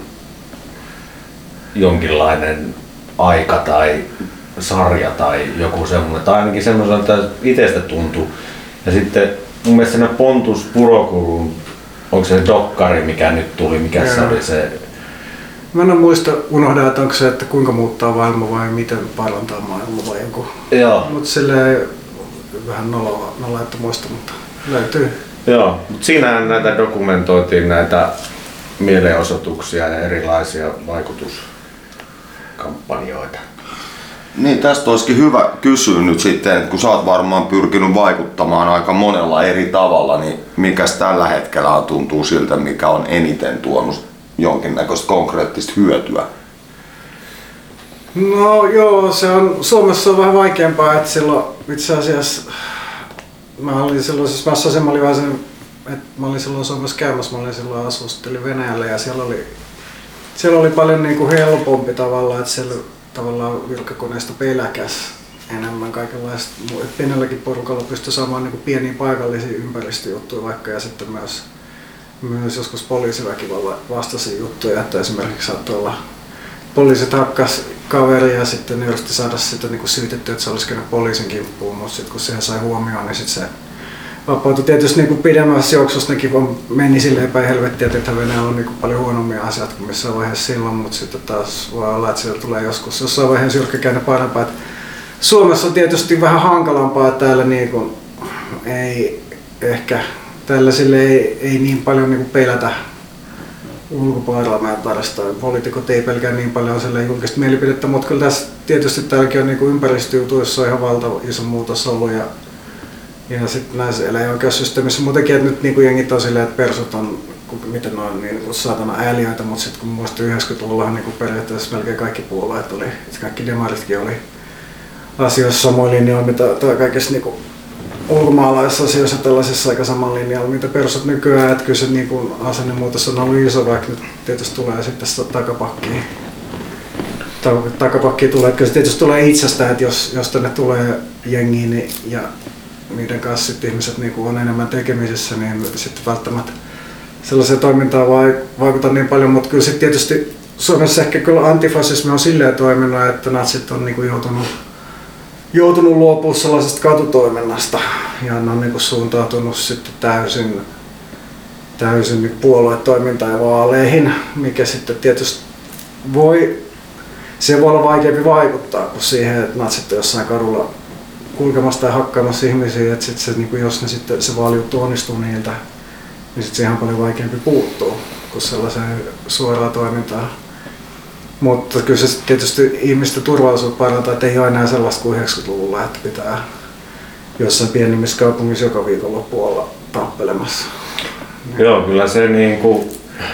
jonkinlainen aika tai sarja tai joku semmoinen, tai ainakin semmoinen, että itsestä tuntuu. Ja sitten mun mielestä siinä Pontus Purokulun, onko se dokkari, mikä nyt tuli, mikä se oli se? Mä en muista, unohda, että onko se, että kuinka muuttaa maailma vai miten parantaa maailma vai joku. Joo. Mutta silleen vähän noloa, noloa, että muista, mutta löytyy. Joo, mutta siinähän näitä dokumentoitiin näitä mielenosoituksia ja erilaisia vaikutuskampanjoita. Niin, tästä olisikin hyvä kysyä nyt sitten, että kun sä oot varmaan pyrkinyt vaikuttamaan aika monella eri tavalla, niin mikäs tällä hetkellä tuntuu siltä, mikä on eniten tuonut jonkinnäköistä konkreettista hyötyä? No joo, se on, Suomessa on vähän vaikeampaa, että silloin itse asiassa mä olin silloin, siis mä mä olin vähän sen, että mä olin silloin Suomessa käymässä, mä olin silloin asustelin Venäjällä ja siellä oli, siellä oli paljon niin kuin helpompi tavallaan, että siellä tavallaan virkakoneista peläkäs enemmän kaikenlaista. Pienelläkin porukalla pystyi saamaan niin kuin pieniä paikallisia ympäristöjuttuja vaikka ja sitten myös, myös joskus poliisiväkivallan vastaisia juttuja, että esimerkiksi saattoi olla poliisit hakkas kaveria ja sitten ne yritti saada sitä niin kuin syytettyä, että se olisi käynyt poliisin kimppuun, mutta sitten kun siihen sai huomioon, niin sitten se vapautui. Tietysti niin kuin pidemmässä juoksussa nekin vaan meni silleen päin helvettiä, että Venäjällä on niin kuin paljon huonommia asioita kuin missään vaiheessa silloin, mutta sitten taas voi olla, että siellä tulee joskus jossain vaiheessa jyrkkäkäänne parempaa. Että Suomessa on tietysti vähän hankalampaa, että täällä niin kuin ei ehkä täällä sille ei, ei niin paljon niin kuin pelätä ulkoparlamentaarista. Poliitikot ei pelkää niin paljon julkista mielipidettä, mutta kyllä tässä tietysti täälläkin on niin ympäristöjutuissa on ihan valtava iso muutos ollut. Ja, ja sitten näissä eläinoikeussysteemissä muutenkin, että nyt niin jengit on silleen, että persut on miten noin niin saatana ääliöitä, mutta sitten kun muistin yhdeksänkymmentäluvulla niin periaatteessa melkein kaikki puolueet oli, kaikki demaritkin oli asioissa samoin linjoilla, mitä kaikissa niin ulkomaalaisissa asioissa tällaisissa aika saman linjalla, mitä persut nykyään, että kyllä se niin kuin asennemuutos on ollut iso, vaikka nyt tietysti tulee sitten sitä takapakkiin. Takapakkiin tulee, että se tietysti tulee itsestään, että jos, jos tänne tulee jengiin niin, ja niiden kanssa sitten ihmiset niin kuin on enemmän tekemisissä, niin sitten välttämättä sellaiseen toimintaan vaikuta niin paljon, mutta kyllä sitten tietysti Suomessa ehkä kyllä antifasismi on silleen toiminut, että natsit on niin kuin joutunut joutunut luopumaan sellaisesta katutoiminnasta ja ne on niin kuin suuntautunut sitten täysin, täysin puoluetoimintaan ja vaaleihin, mikä sitten tietysti voi, se voi olla vaikeampi vaikuttaa kuin siihen, että natsit on jossain kadulla kulkemassa tai hakkaamassa ihmisiä, että sit se, niin kuin jos ne sitten, se vaalijuttu onnistuu niiltä, niin sitten siihen on paljon vaikeampi puuttua kuin sellaiseen suoraan toimintaan. Mutta kyllä se tietysti ihmisten turvallisuutta parantaa, että ei ole enää sellaista kuin yhdeksänkymmentäluvulla, että pitää jossain pienimmissä kaupungissa joka viikonloppu olla tappelemassa. Joo, kyllä se niinku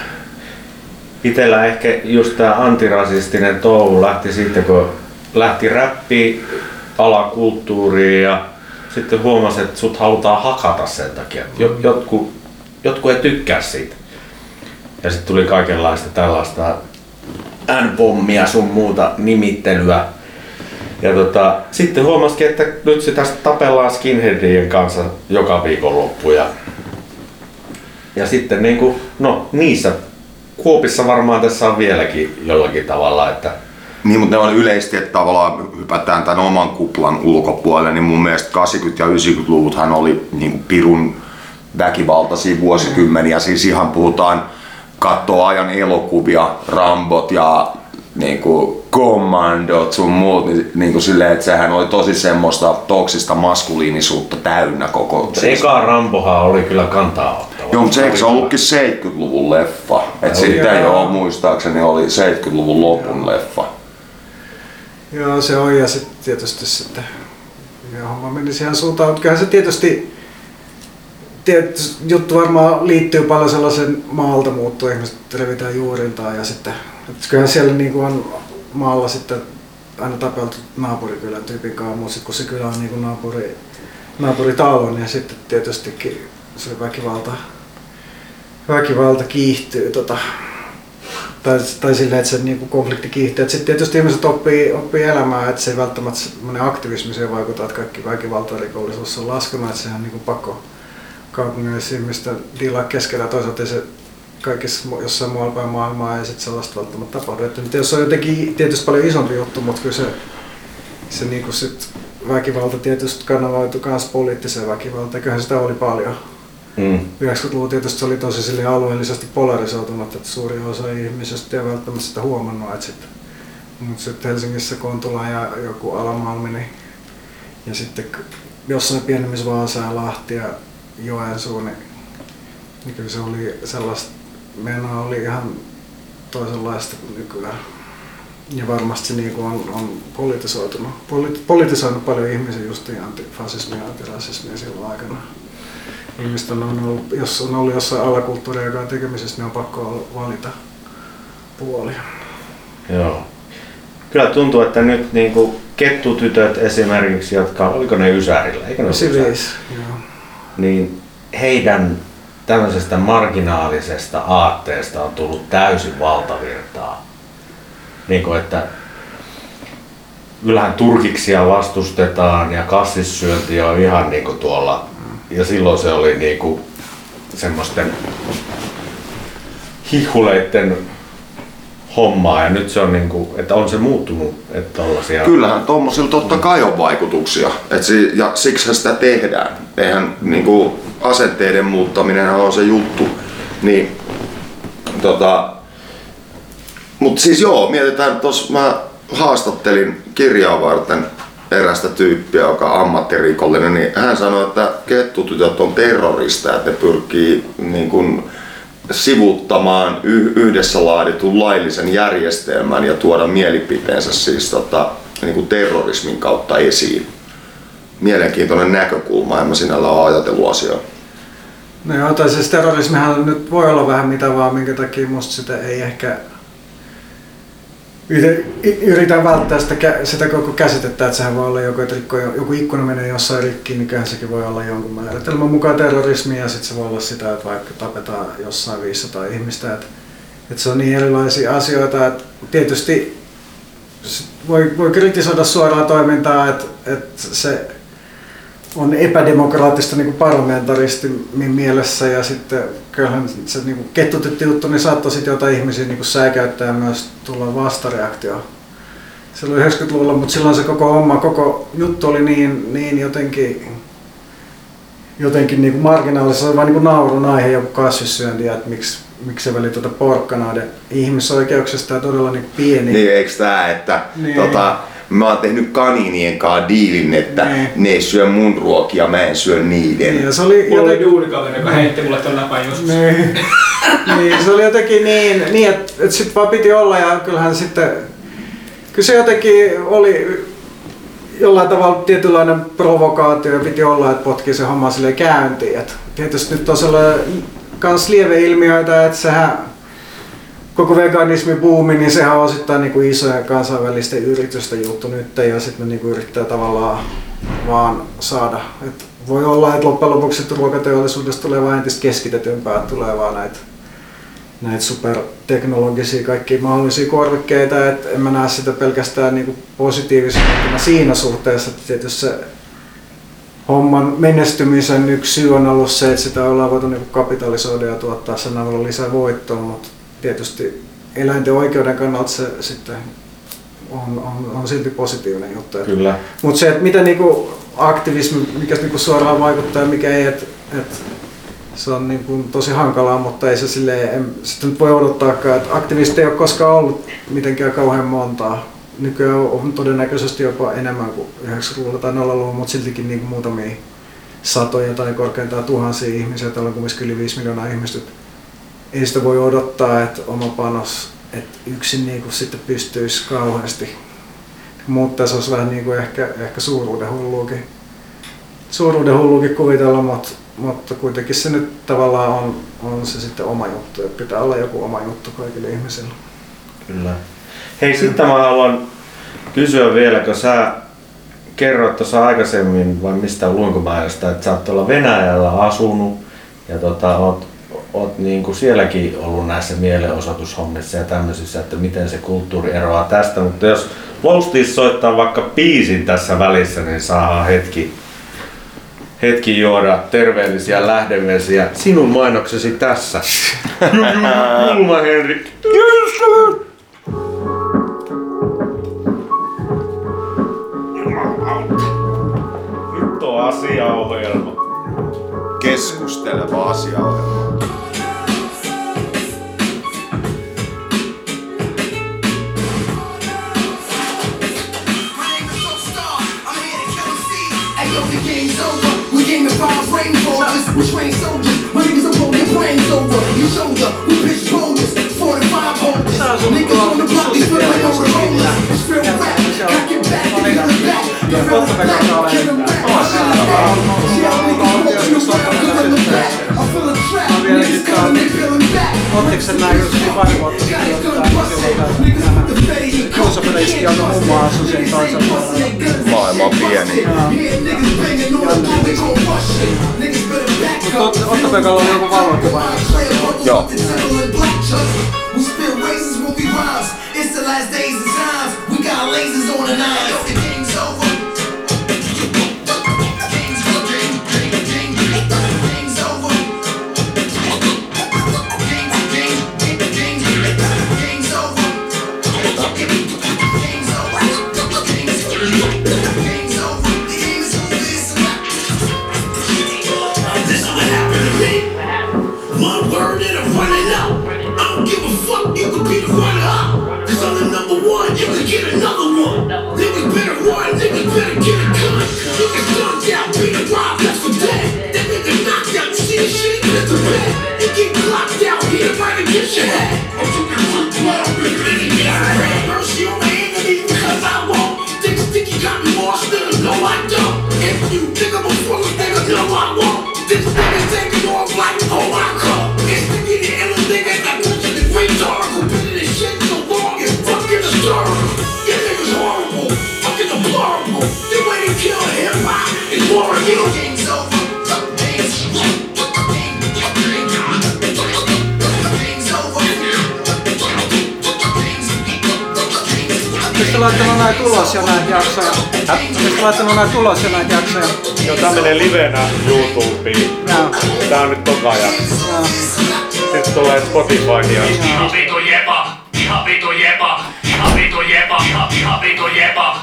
itellä ehkä just tää antirasistinen touhu lähti siitä, kun lähti räppi alakulttuuriin ja sitten huomasi, että sut halutaan hakata sen takia. Jotkut, jotkut ei tykkää siitä. Ja sitten tuli kaikenlaista tällaista N-pommia sun muuta nimittelyä. Ja tota, sitten huomasikin, että nyt sitä tapellaan skinheadien kanssa joka viikonloppu. Ja, ja sitten niinku, no niissä Kuopissa varmaan tässä on vieläkin jollakin tavalla, että niin, mutta ne on yleisesti, että tavallaan hypätään tämän oman kuplan ulkopuolelle, niin mun mielestä kahdeksankymmentä- ja yhdeksänkymmentäluvuthan oli niin kuin pirun väkivaltaisia vuosikymmeniä, siis ihan puhutaan kattoo ajan elokuvia, Rambot ja niinku Commandot sun muut, niin, niinku silleen, että sehän oli tosi semmoista toksista maskuliinisuutta täynnä koko. Se eka Rambohan oli kyllä kantaa ottava. Joo, mutta se eikö se ollutkin seitsemänkymmentäluvun leffa? Et sitten joo, muistaakseni oli seitsemänkymmentäluvun lopun leffa. Joo, se on ja sitten tietysti sitten ja homma meni siihen suuntaan, mutta kyllähän se tietysti tietysti juttu varmaan liittyy paljon sellaisen maalta muuttua, ihmiset revitään juuriltaan ja sitten kyllähän siellä niin kuin on maalla sitten aina tapeltu naapurikylän tyypin kanssa, mutta sitten kun se kylä on niin kuin naapuri, naapuritalo, niin sitten tietystikin se väkivalta, väkivalta kiihtyy. Tota, tai, tai silleen, että se niin kuin konflikti kiihtyy. Sitten tietysti ihmiset oppii, oppii elämään, että se ei välttämättä semmoinen aktivismi siihen vaikuttaa, että kaikki väkivaltarikollisuus on laskenut, että sehän on niin kuin pakko kaupungeissa ihmisten tilaa keskellä. Toisaalta se kaikissa jossain muualla päin maailmaa ei sit sellaista välttämättä tapahdu. Että nyt jos on jotenkin tietysti paljon isompi juttu, mutta kyllä se, se niin kuin sit väkivalta tietysti kanavoitu myös poliittiseen väkivaltaan. Kyllähän sitä oli paljon. Mm. yhdeksänkymmentäluvulla tietysti se oli tosi alueellisesti polarisoitunut, että suuri osa ihmisistä ei välttämättä sitä huomannut. Että sit, mutta sitten Helsingissä Kontula ja joku Alamalmi niin, ja sitten jossain pienemmissä Vaasa ja Lahti ja Joensuu, niin, niin kyllä se oli sellaista, menoa oli ihan toisenlaista kuin nykyään. Ja varmasti se niin on, on politisoitunut, Poli- politisoinut paljon ihmisiä just antifasismia ja antirasismia silloin aikana. Ihmiset on ollut, jos on ollut jossain alakulttuuria, joka on tekemisissä, niin on pakko valita puolia. Joo. Kyllä tuntuu, että nyt niinku kettutytöt esimerkiksi, jotka, oliko ne Ysärillä? Eikö ne Ysiviis, joo. Niin heidän tämmöisestä marginaalisesta aatteesta on tullut täysin valtavirtaa. Niin kuin, että kyllähän turkiksia vastustetaan ja kassissyönti on ihan niin kuin tuolla. Ja silloin se oli niin kuin semmoisten hihuleitten hommaa ja nyt se on niin kuin, että on se muuttunut, että tollasia. Kyllähän tommosilla totta kai on vaikutuksia, et si- ja siksi sitä tehdään. Eihän niinku asenteiden muuttaminen on se juttu. Niin, tota, mut siis joo, mietitään tos, mä haastattelin kirjaa varten erästä tyyppiä, joka on ammattirikollinen, niin hän sanoi, että kettutytöt on terroristeja, että ne pyrkii niin kun sivuttamaan yhdessä laaditun laillisen järjestelmän ja tuoda mielipiteensä siis tota, niin kuin terrorismin kautta esiin. Mielenkiintoinen näkökulma, en mä sinällä ole ajatellut asiaa. No joo, tai siis terrorismihan nyt voi olla vähän mitä vaan, minkä takia musta sitä ei ehkä yritän välttää sitä, sitä koko käsitettä, että sehän voi olla joku, että rikko, joku ikkuna menee jossain rikkiin, niin kyllähän sekin voi olla jonkun määritelmän mukaan terrorismia ja sitten se voi olla sitä, että vaikka tapetaan jossain viisisataa ihmistä. Että, että se on niin erilaisia asioita, että tietysti voi, voi kritisoida suoraan toimintaa, että, että se on epädemokraattista niin kuin parlamentaristin mielessä ja sitten kyllähän se niin kuin kettutettu juttu niin saattoi sitten jotain ihmisiä niin kuin säikäyttää ja myös tulla vastareaktio silloin yhdeksänkymmentäluvulla, mutta silloin se koko homma, koko juttu oli niin, niin jotenkin, jotenkin niin kuin marginaalissa, se oli vain niin kuin naurun aihe joku kasvissyöntiä, että miksi, miksi se väli tuota porkkanoiden ihmisoikeuksista ja todella niin pieni. Niin, eikö tää, että niin. Tota, mä oon tehnyt kaniinien kanssa diilin, että niin. Ne ei syö mun ruokia, mä en syö niiden. Niin, se oli mulla oli duunikaveri, joka heitti mulle ton napan joskus. Niin. Niin, se oli jotenkin niin, niin että et sit vaan piti olla ja kyllähän sitten, kyllä se jotenkin oli jollain tavalla tietynlainen provokaatio ja piti olla, että potkii se homma silleen käyntiin. Et tietysti nyt on sellainen kans lieveilmiöitä, että sehän koko veganismi-buumi, niin sehän on osittain niinku isojen kansainvälisten yritysten juttu nyt ja sitten ne niinku yrittää tavallaan vaan saada. Et voi olla, että loppujen lopuksi ruokateollisuudesta tulee vaan entistä keskitetympää, että tulee vaan näitä näitä superteknologisia kaikkia mahdollisia korvikkeita, että en mä näe sitä pelkästään niinku positiivisena siinä suhteessa, että tietysti se homman menestymisen yksi syy on ollut se, että sitä ollaan voitu niinku kapitalisoida ja tuottaa sen avulla lisää voittoa, mutta tietysti eläinten oikeuden kannalta se sitten on, on, on silti positiivinen juttu. Kyllä. Mutta se, että mitä niinku aktivismi, mikä niinku suoraan vaikuttaa ja mikä ei, että et se on niinku tosi hankalaa, mutta ei se silleen, en, sitä nyt voi odottaakaan, että aktivisteja ei ole koskaan ollut mitenkään kauhean montaa. Nykyään on todennäköisesti jopa enemmän kuin yhdeksänkymmentäluvulla tai nolla-luvulla, mutta siltikin niinku muutamia satoja tai korkeintaan tuhansia ihmisiä, täällä on kumminkin yli viisi miljoonaa ihmistä. Ei sitä voi odottaa, että oma panos, että yksin niinku sitten pystyisi kauheasti. Mutta se olisi vähän niinku ehkä, ehkä suuruuden hulluukin. Suuruuden hulluukin kuvitella, mutta, mutta kuitenkin se nyt tavallaan on, on se sitten oma juttu. Että pitää olla joku oma juttu kaikille ihmisille. Kyllä. Hei, sitten mä haluan kysyä vielä, kun sä kerroit tuossa aikaisemmin, vai mistä luinko mä jostain, että sä oot tuolla Venäjällä asunut ja tota, oot, oot niinku sielläkin ollut näissä mielenosoitushommissa ja tämmöisissä, että miten se kulttuuri eroaa tästä, mutta jos Loustis soittaa vaikka biisin tässä välissä, niin saadaan hetki, hetki juoda terveellisiä lähdevesiä. Sinun mainoksesi tässä. Julma Henrik. Nyt on asiaohjelma. Keskusteleva asiaohjelma. We train soldiers, my niggas are blowing your brains over. You shoulder, we pitch boulders, forty-five holders. Niggas on the block, these feel like over rollers. It's real rap, cock it back, get it back. The real back, get them back. She all niggas want you to rap, cause I'm the back. I feel a trap, niggas coming, they feeling back. Ottiko sen näin just pari vuotta sitten Kuusapeliski on muun muassa sen toisen puolella. Maailma on pieni. Mutta Ottopekalla oli joku valvonta vai? Joo. One word and I'm running out. I don't give a fuck, you could be the runner up. Cause I'm the number one. näitä ulos jo näitä jaksoja? Oletko laittanut näitä ulos jo näitä jaksoja? Joo, tää menee livenä YouTubeen. Joo. Tää on nyt toka jakso. Joo. Sitten tulee Spotify ja... Ihan vitu jepa, ihan vitu jepa, ihan vitu jepa, ihan, ihan vitu jepa.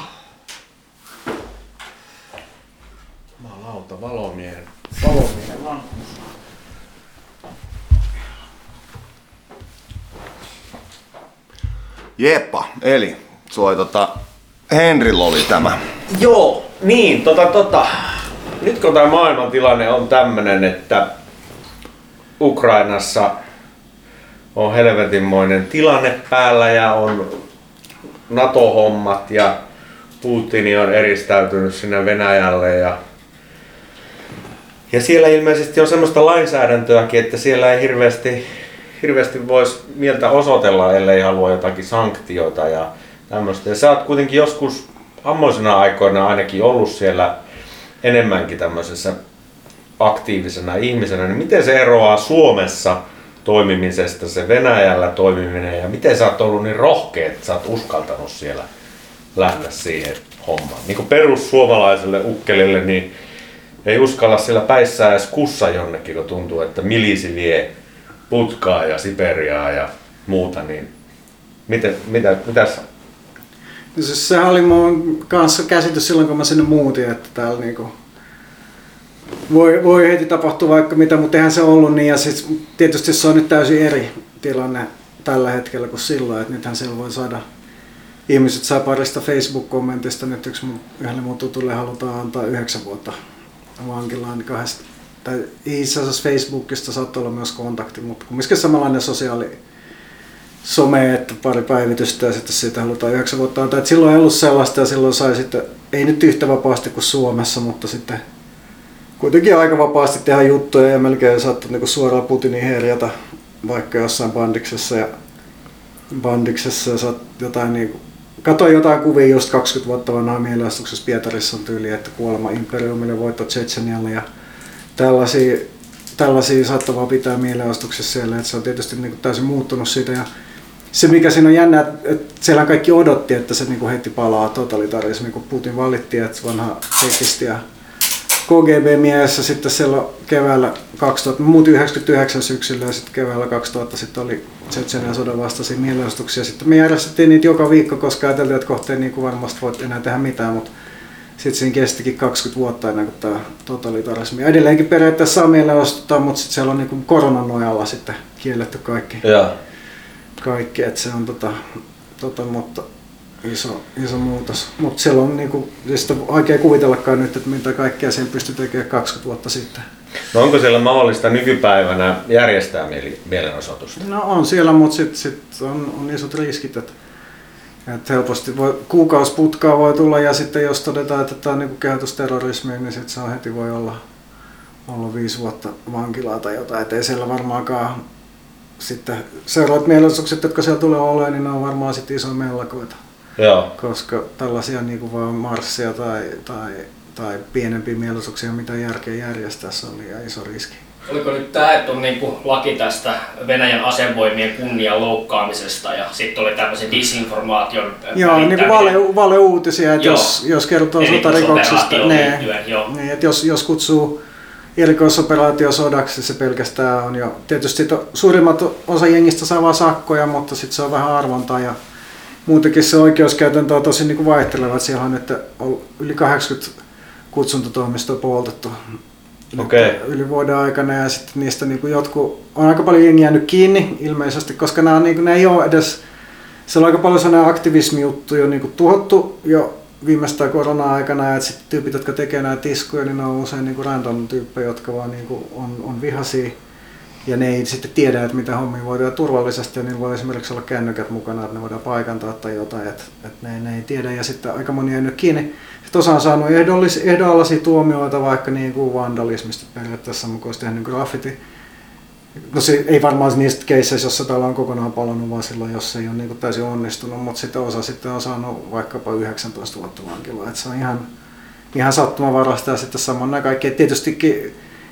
Jumalauta, valomiehen. Valomiehen vanhuus. Jeppa, eli sulla tota, Henrillä oli tämä. Joo, niin, tota tota. Nyt kun tämä maailmantilanne on tämmönen, että Ukrainassa on helvetinmoinen tilanne päällä ja on NATO-hommat ja Putin on eristäytynyt sinne Venäjälle ja ja siellä ilmeisesti on semmoista lainsäädäntöäkin, että siellä ei hirveästi, hirveästi voisi mieltä osoitella, ellei halua jotakin sanktioita ja tämmöistä. Ja sä oot kuitenkin joskus ammoisena aikoina ainakin ollut siellä enemmänkin tämmöisessä aktiivisena ihmisenä, niin miten se eroaa Suomessa toimimisesta, se Venäjällä toimiminen ja miten sä oot ollut niin rohkea, että sä oot uskaltanut siellä lähteä siihen hommaan? Niin kuin perussuomalaiselle ukkelille, niin ei uskalla siellä päissään edes kussa jonnekin, kun tuntuu, että milisi vie putkaa ja Siperiaa ja muuta, niin miten, mitä, mitäs? No siis sehän oli mun kanssa käsitys silloin, kun mä sinne muutin, että täällä niinku voi, voi heti tapahtua vaikka mitä, mutta eihän se ollut niin. Ja siis tietysti se on nyt täysin eri tilanne tällä hetkellä kuin silloin, että nythän siellä voi saada, ihmiset saa parista Facebook-kommentista, nyt yksi mun, yhdelle mun tutulle halutaan antaa yhdeksän vuotta vankilaan kahdesta, tai itse asiassa Facebookista saattaa olla myös kontakti, mutta kumminkin samanlainen sosiaali some, että pari päivitystä ja sitten siitä halutaan yhdeksän vuotta antaa. Et silloin ei ollut sellaista ja silloin sai sitten, ei nyt yhtä vapaasti kuin Suomessa, mutta sitten kuitenkin aika vapaasti tehdä juttuja ja melkein saattoi niinku suoraan Putinin herjata vaikka jossain bandiksessa ja bandiksessa ja saat jotain niinku, katoin jotain kuvia just kaksikymmentä vuotta vanhaa mielenostuksessa Pietarissa on tyyli, että kuolema imperiumille, voitto Tsetsenialle ja tällaisia, tällaisia saattaa vaan pitää mielenostuksessa siellä, että se on tietysti niinku täysin muuttunut siitä ja se mikä siinä on jännä, että siellä kaikki odotti, että se niinku heti palaa totalitarismi, kun Putin valittiin, että vanha tsekisti ja K G B-miehessä sitten silloin keväällä kaksituhatta, muutin yhdeksänkymmentäyhdeksän syksyllä ja sitten keväällä kaksituhatta sitten oli Tsetsenian sodan vastaisia mielenosoituksia. Sitten me järjestettiin niitä joka viikko, koska ajateltiin, että kohta ei niin varmasti voi enää tehdä mitään, mutta sitten siinä kestikin kaksikymmentä vuotta ennen kuin tämä totalitarismi. Edelleenkin periaatteessa saa mielenosoittaa, mutta sitten siellä on niin koronan nojalla sitten kielletty kaikki. Ja. Kaikki, että se on tota, tota mutta iso, iso muutos. Mutta siellä on niinku, sitä oikein kuvitellakaan nyt, että mitä kaikkea siellä pystyy tekemään kaksikymmentä vuotta sitten. No onko siellä mahdollista nykypäivänä järjestää mielenosoitusta? No on siellä, mutta sitten sit on, on isot riskit, että, että helposti voi, kuukausiputkaa voi tulla ja sitten jos todetaan, että tämä on niinku kehotusterrorismia, niin sitten se on heti voi olla, olla viisi vuotta vankilaa tai jotain. Et ei siellä varmaankaan sitten seuraavat mielenosoitukset, jotka siellä tulee olemaan, niin ne on varmaan sitten isoja mellakoita. Joo. Koska tällaisia niin vaan marssia tai, tai, tai pienempiä mielenosoituksia, mitä järkeä järjestää, se on liian iso riski. Oliko nyt tämä, että on niin kuin laki tästä Venäjän asevoimien kunnian loukkaamisesta ja sitten oli tämmöisen disinformaation Joo, niin kuin vale, valeuutisia, että jos, jos kertoo sotarikoksista, ne, niin, että jos, jos kutsuu erikoisoperaatiosodaksi, se pelkästään on jo. Tietysti suurimmat osa jengistä saa vaan sakkoja, mutta sitten se on vähän arvontaa ja muutenkin se oikeuskäytäntö on tosi niin kuin vaihteleva. Siellä on nyt yli kahdeksankymmentä kutsuntatoimistoa poltettu okay. yli vuoden aikana ja sitten niistä niin kuin jotkut on aika paljon jengiä jäänyt kiinni ilmeisesti, koska nämä, niin kuin, nämä ei ole edes, siellä on aika paljon sellainen aktivismijuttu jo niin kuin tuhottu jo viimeistään korona-aikana, että sitten tyypit, jotka tekee näitä iskuja, niin ne on usein niin kuin random tyyppejä, jotka vaan niin kuin on, on vihaisia ja ne ei sitten tiedä, että mitä hommia voidaan turvallisesti ja niillä voi esimerkiksi olla kännykät mukana, että ne voidaan paikantaa tai jotain, että, että ne, ne ei tiedä ja sitten aika moni ei nyt kiinni. Sitten osa on saanut ehdonalaisia tuomioita vaikka niin kuin vandalismista periaatteessa, mukaan olisi tehnyt graffiti. No se ei varmaan niistä keisseissä, jossa täällä on kokonaan palannut, vaan silloin, jos se ei ole niin kuin täysin onnistunut, mutta sitten osa sitten on saanut vaikkapa yhdeksäntoista vuotta vankilaa. Että se on ihan, ihan sattumanvarasta ja sitten samoin nämä kaikki. Tietystikin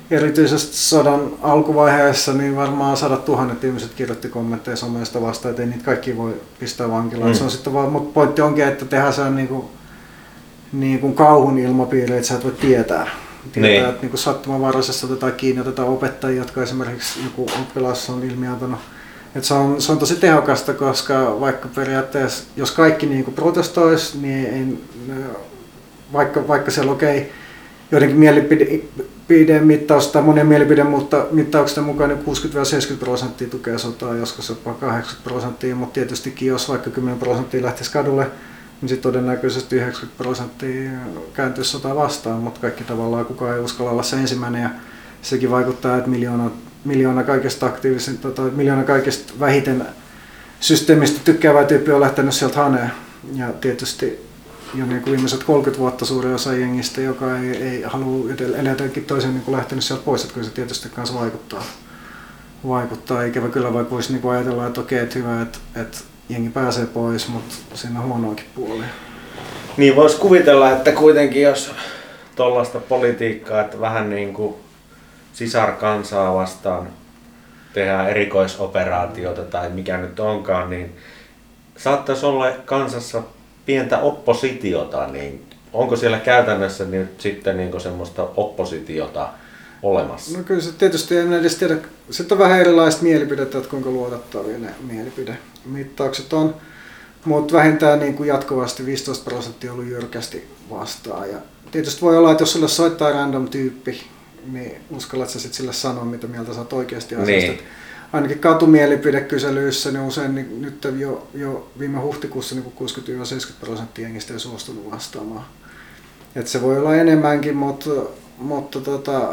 erityisesti sodan alkuvaiheessa niin varmaan sadat tuhannet ihmiset kirjoitti kommentteja somesta vastaan, ettei niitä kaikki voi pistää vankilaan. Mm. Se on sitten vaan, mutta pointti onkin, että tehdään se on niinku, niinku kauhun ilmapiiri, että sä et voi tietää. Tietää, niin. Että niinku sattumanvaraisesti otetaan kiinni, otetaan opettajia, jotka esimerkiksi joku oppilas on ilmiantanut. Se on, se on tosi tehokasta, koska vaikka periaatteessa, jos kaikki niinku protestoisi, niin ei, vaikka, vaikka siellä okei, okay, joidenkin mielipidemittausta tai monien mielipidemittauksien mukaan niin kuusikymmentä seitsemänkymmentä prosenttia tukee sotaa, joskus jopa kahdeksankymmentä prosenttia, mutta tietystikin jos vaikka kymmenen prosenttia lähtisi kadulle, niin sitten todennäköisesti yhdeksänkymmentä prosenttia kääntyisi sotaa vastaan, mutta kaikki tavallaan kukaan ei uskalla olla se ensimmäinen ja sekin vaikuttaa, että miljoona, miljoona kaikista aktiivisinta tai miljoona kaikista vähiten systeemistä tykkäävää tyyppiä on lähtenyt sieltä haneen ja tietysti jo niin kuin viimeiset kolmekymmentä vuotta suurin osa jengistä, joka ei, ei halua edelleen toisen niin kuin lähtenyt sieltä pois, että kyllä se tietysti kanssa vaikuttaa. vaikuttaa. Ikävä kyllä vai voisi niin kuin ajatella, että okei, että hyvä, että, että jengi pääsee pois, mutta siinä on huonoakin puolia. Niin voisi kuvitella, että kuitenkin jos tuollaista politiikkaa, että vähän niin kuin sisarkansaa vastaan tehdään erikoisoperaatiota tai mikä nyt onkaan, niin saattaisi olla kansassa pientä oppositiota, niin onko siellä käytännössä nyt sitten niin semmoista oppositiota olemassa? No kyllä se tietysti en edes tiedä. Sitten on vähän erilaista mielipidettä, että kuinka luotettavia ne mielipidemittaukset on. Mutta vähintään niin kuin jatkuvasti viisitoista prosenttia on ollut jyrkästi vastaan. Ja tietysti voi olla, että jos sulle soittaa random tyyppi, niin uskallat sä sitten sille sanoa, mitä mieltä sä oot oikeasti asiasta. Niin. Ainakin katumielipidekyselyissä niin usein niin nyt jo, jo viime huhtikuussa niin kuusikymmentä seitsemänkymmentä prosenttia jengistä ei suostunut vastaamaan. Et se voi olla enemmänkin, mutta, mutta, tota,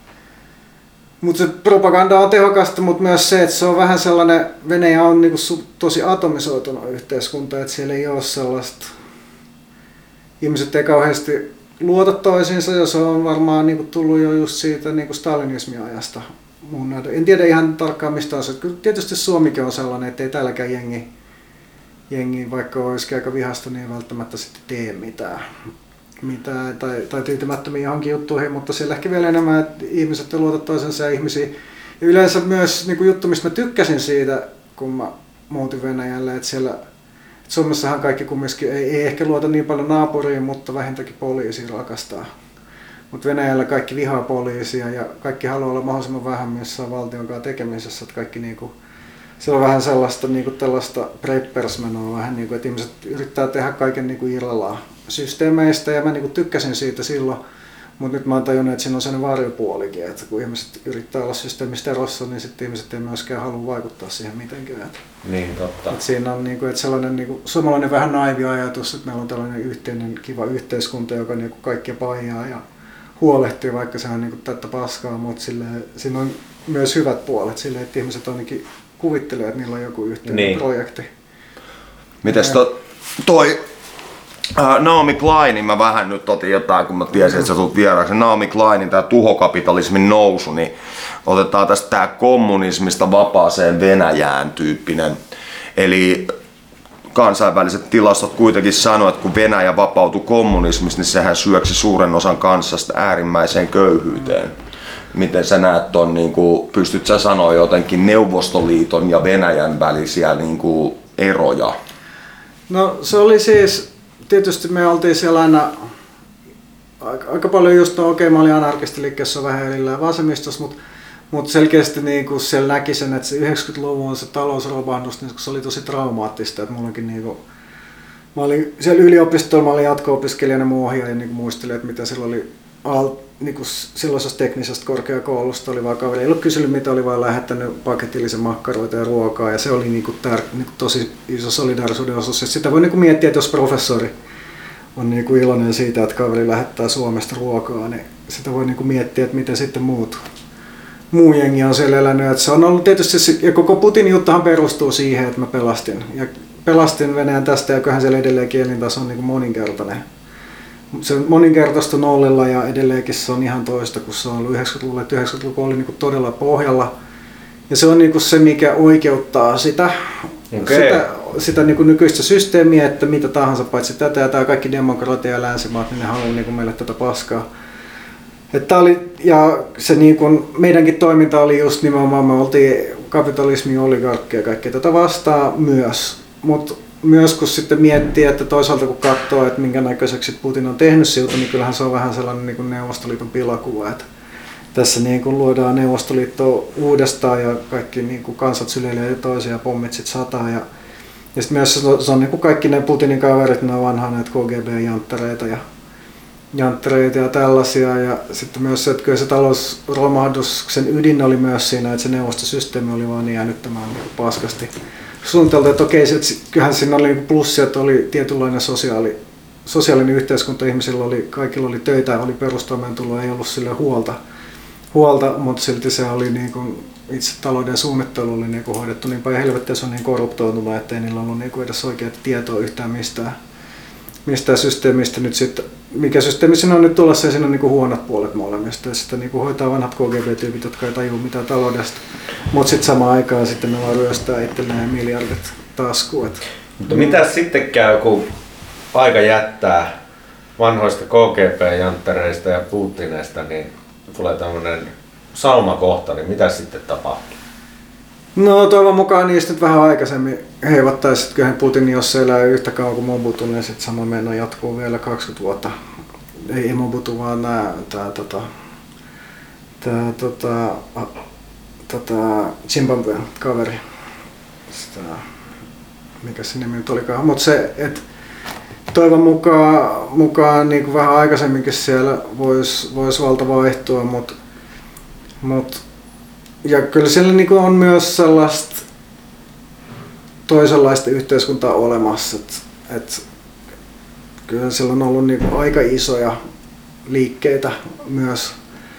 mutta se propaganda on tehokasta, mutta myös se, että se on vähän sellainen, Venäjä on niin kuin tosi atomisoitunut yhteiskunta, että siellä ei ole sellaista, ihmiset ei kauheasti luota toisiinsa ja se on varmaan niin kuin tullut jo just siitä niin kuin stalinismin ajasta. En tiedä ihan tarkkaan mistä on se. Kyllä tietysti Suomikin on sellainen, että ei täälläkään jengi, jengi vaikka olisikin aika vihasta, niin ei välttämättä sitten tee mitään. mitään tai, tai tyytymättömiä johonkin juttuihin, mutta siellä ehkä vielä enemmän, että ihmiset ei luota toisensa ja ihmisiä. Ja yleensä myös niin kuin juttu, mistä mä tykkäsin siitä, kun mä muutin Venäjälle, että siellä että Suomessahan kaikki kumminkin ei, ei ehkä luota niin paljon naapuriin, mutta vähintäänkin poliisiin rakastaa. Mutta Venäjällä kaikki vihaa poliisia ja kaikki haluaa olla mahdollisimman vähän missään valtion kanssa tekemisessä. Että kaikki niinku, se on vähän sellaista niinku tällaista preppersmenoa, vähän niinku, että ihmiset yrittää tehdä kaiken niinku irrallaan systeemeistä ja mä niinku tykkäsin siitä silloin. Mutta nyt mä oon tajunnut, että siinä on sellainen varjopuolikin, että kun ihmiset yrittää olla systeemistä erossa, niin sitten ihmiset ei myöskään halua vaikuttaa siihen mitenkään. Niin, totta. Et siinä on niinku, että sellainen niinku, suomalainen vähän naivi ajatus, että meillä on tällainen yhteinen kiva yhteiskunta, joka niinku kaikkia paijaa ja huolehtii, vaikka se on niinku täyttä paskaa, mutta silleen, siinä on myös hyvät puolet, silleen, että ihmiset ainakin kuvittelee, että niillä on joku yhteinen niin. projekti. Mites to, toi äh, Naomi Kleinin, mä vähän nyt otin jotain, kun mä tiesin, että sä tulet vieraaksi. Naomi Kleinin tää tuhokapitalismin nousu, niin otetaan tästä tää kommunismista vapaaseen Venäjään tyyppinen. Eli kansainväliset tilastot kuitenkin sanoo, että kun Venäjä vapautui kommunismista, niin sehän syöksi suuren osan kansasta äärimmäiseen köyhyyteen. Miten sä näet ton, niin kuin, pystyt sä sanoa jotenkin Neuvostoliiton ja Venäjän välisiä niin kuin, eroja? No se oli siis, tietysti me oltiin siellä aina aika, aika paljon just, no okei okay, mä olin anarkistiliikkeessä vähän erillään vasemmistossa, mutta Mutta selkeästi niin siellä näki sen, että se yhdeksänkymmentäluvun se talousromahdus niin se oli tosi traumaattista. Että mullakin, niin kuin, mä olin siellä yliopistolla, mä olin jatko-opiskelijana ja mun ohjaaja niin muistelin, että mitä silloin oli al, niin kuin silloisesta teknisestä korkeakoulusta. Oli vaan kaveri, ei ollut kysynyt mitä, oli vaan lähettänyt paketillisen makkaroita ja ruokaa. Ja se oli niin kuin tär, niin kuin tosi iso solidaarisuuden osuus. Ja sitä voi niin kuin miettiä, että jos professori on niin kuin iloinen siitä, että kaveri lähettää Suomesta ruokaa, niin sitä voi niin kuin miettiä, että miten sitten muut. Muu jengi on siellä elänyt, että se on ollut tietysti, ja koko Putinin juttahan perustuu siihen, että mä pelastin. Ja pelastin Venäjän tästä, ja kyllähän siellä edelleenkin elintaso on niin kuin moninkertainen. Se on moninkertaista nollilla, ja edelleenkin se on ihan toista, kun se on ollut yhdeksänkymmentäluvulla, että yhdeksänkymmentäluku oli niin kuin todella pohjalla. Ja se on niin kuin se, mikä oikeuttaa sitä, okay. sitä, sitä niin kuin nykyistä systeemiä, että mitä tahansa, paitsi tätä ja tämä kaikki demokratia ja länsimaat, niin ne haluaa niin kuin meille tätä paskaa. Että oli, ja se niin kun, meidänkin toiminta oli just nimenomaan, me oltiin kapitalismi, oligarkkia ja kaikkea tätä vastaan myös. Mutta myös kun sitten miettii, että toisaalta kun katsoo, että minkä näköiseksi Putin on tehnyt siltä, niin kyllähän se on vähän sellainen niin kuin Neuvostoliiton pilakuva. Että tässä niin kuin luodaan Neuvostoliittoa uudestaan ja kaikki niin kuin kansat syleilee toisia ja pommit sit sataa. Ja, ja sitten myös se on niin kuin kaikki ne Putinin kaverit, ne on vanhaa näitä K G B-janttereita ja, janttereita ja tällaisia. Ja sitten myös se, että kyllä se talousromahduksen ydin oli myös siinä, että se neuvostosysteemi oli vaan niin älyttömän niin kuin paskasti suunniteltu, että okei, kyllähän siinä oli plussia, että oli tietynlainen sosiaali, sosiaalinen yhteiskunta, ihmisillä oli, kaikilla oli töitä, oli perustoimeentuloa, ei ollut sille huolta, huolta, mutta silti se oli niin kuin, itse talouden suunnittelu oli niin kuin hoidettu niin paljon helvettiä, se on niin korruptoitunut, ettei niillä ollut niin kuin edes oikeaa tietoa yhtään mistään, mistään systeemistä. Nyt sit, mikä systeemi siinä on nyt tulossa, ja siinä on niin kuin huonot puolet molemmista, ja sitä niin kuin hoitaa vanhat K G B-tyypit, jotka ei tajua mitään taloudesta. Mutta sitten samaan aikaan sitten ne vaan ryöstää itselleen miljardit taskuun. Mutta mitä sitten käy, kun aika jättää vanhoista K G B-janttereista ja Putineista, niin tulee tämmöinen saumakohta, niin mitä sitten tapahtuu? No toivon mukaan niistä nyt vähän aikaisemmin heivattaisi, että kyllähän Putin, jos se elää yhtä kauan kuin Mobutu, niin sitten sama meno jatkuu vielä kaksikymmentä vuotta. Ei Mobutu, vaan nää, tää tota, tää tota, tota, Zimbabwen kaveri. Sitä, mikä se nimi nyt olikaan, mutta se, että toivon mukaan, mukaan niin kuin vähän aikaisemminkin siellä voisi vois valta vaihtua, mutta mut, ja kyllä siellä niin kuin on myös sellaista toisenlaista yhteiskuntaa olemassa, että et, kyllä siellä on ollut niin kuin aika isoja liikkeitä myös,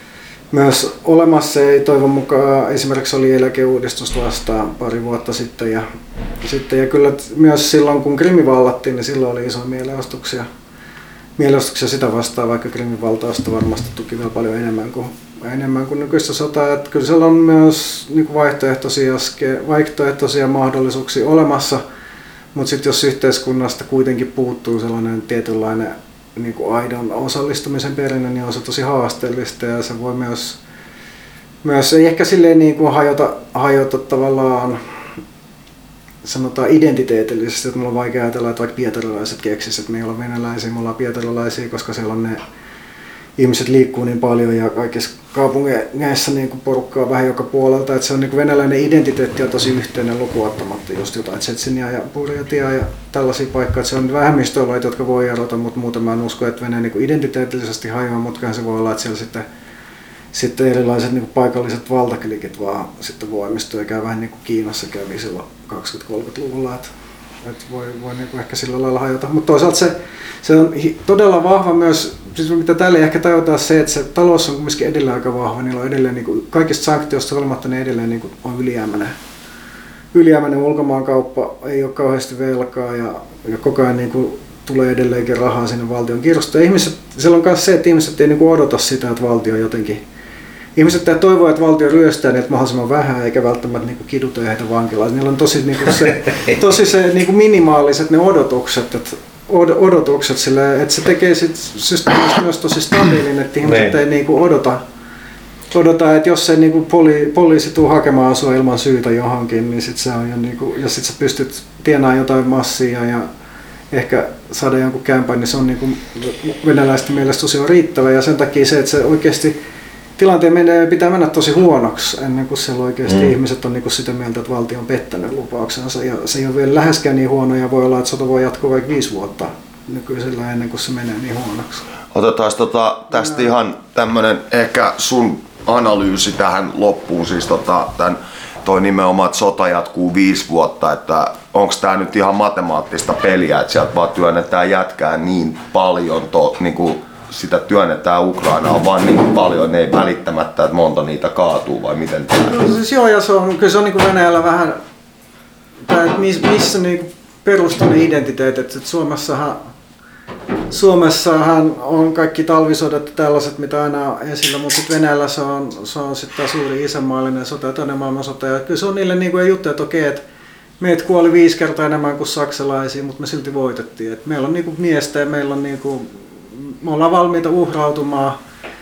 myös olemassa. Ei toivon mukaan esimerkiksi oli eläkeuudistus vastaan pari vuotta sitten ja, sitten, ja kyllä myös silloin kun Krimi vallattiin, niin silloin oli isoja mielenosoituksia, mielenosoituksia sitä vastaan, vaikka Krimin valtausta varmasti tuki vielä paljon enemmän kuin enemmän kuin nykyistä sotaa. Että kyllä siellä on myös niin vaihtoehtoisia, vaihtoehtoisia mahdollisuuksia olemassa, mutta sitten jos yhteiskunnasta kuitenkin puuttuu sellainen tietynlainen niin kuin aidon osallistumisen perinne, niin on se tosi haasteellista ja se voi myös, myös ei ehkä silleen niin kuin hajota, hajota tavallaan sanotaan identiteetillisesti, että mulla on vaikea ajatella, että vaikka pietarilaiset keksisivät, että me ei olla venäläisiä, me ollaan pietarilaisia, koska siellä on ne ihmiset liikkuu niin paljon ja kaikissa kaupungeissa niin kuin porukkaa vähän joka puolelta, että se on niin kuin venäläinen identiteetti ja tosi yhteinen lukuottamatta just jotain Tsetsinia ja Burjatia ja tällaisia paikkoja, että se on vähemmistöalueita, jotka voi erota, mutta muuten mä en usko, että Venäjä niin kuin identiteetillisesti hajoaa, mutta se voi olla, että siellä sitten, sitten erilaiset niin kuin paikalliset valtaklikit vaan sitten voimistuu ja käy vähän niin kuin Kiinassa kävi silloin kaksikymmentä-kolmekymmentäluvulla. Että että voi, voi niin kuin ehkä sillä lailla hajota, mutta toisaalta se, se on todella vahva myös, siis mitä täällä ei ehkä tajutaan se, että se talous on kuitenkin edelleen aika vahva, niillä on edelleen niin kuin, kaikista sanktioista huolimatta ne edelleen niin kuin, on ylijäämäinen. Ylijäämäinen ulkomaankauppa, ei ole kauheasti velkaa ja, ja koko ajan niin kuin, tulee edelleenkin rahaa sinne valtion kirstuun. Ihmiset, siellä on myös se, että ihmiset ei niin kuin, odota sitä, että valtio jotenkin ihmiset toivoo, että valtio ryöstää niitä mahdollisimman vähän eikä välttämättä niinku kiduta ja heitä vankilaan. Niillä on tosi, niinku se, tosi se, niinku minimaaliset ne odotukset, että od, odotukset sille, että se tekee sit systeemistä myös tosi stabiilin, että ihmiset ei niinku odota, odota, että jos ei niinku poli, poliisi tule hakemaan asua ilman syytä johonkin, niin sit se on jo niinku, ja sit sä pystyt tienaamaan jotain massia ja ehkä saada jonkun kämpän, niin se on niinku venäläisten mielestä tosi riittävä ja sen takia se, että se oikeasti tilanteen menee, pitää mennä tosi huonoksi ennen kuin siellä oikeasti mm. ihmiset on niin sitä mieltä, että valtio on pettänyt lupauksensa. Ja se ei ole vielä läheskään niin huono ja voi olla, että sota voi jatkua vaikka viisi vuotta nykyisellä ennen kuin se menee niin huonoksi. Otetaan tota, tästä no. ihan tämmönen ehkä sun analyysi tähän loppuun. Siis tota, tämän, toi nimenomaan, että sota jatkuu viisi vuotta. Että onko tämä nyt ihan matemaattista peliä, että sieltä vaan työnnetään jätkää niin paljon to, niin kuin sitä työnnetään Ukrainaan vaan niin paljon, ne ei välittämättä, että monta niitä kaatuu vai miten tämä? No siis joo, ja se on, kyllä se on niin kuin Venäjällä vähän, että missä niin kuin perustuu ne identiteetit, että Suomessahan, Suomessahan on kaikki talvisodat ja tällaiset, mitä aina on esillä, mutta sitten Venäjällä se on, se on sitten suuri isänmaallinen sota ja toinen maailmansota, ja kyllä se on niille niin kuin juttu, että okei, että meitä kuoli viisi kertaa enemmän kuin saksalaisia, mutta me silti voitettiin. Et meillä on niin kuin miestä ja meillä on niin kuin, me ollaan valmiita uhrautumaan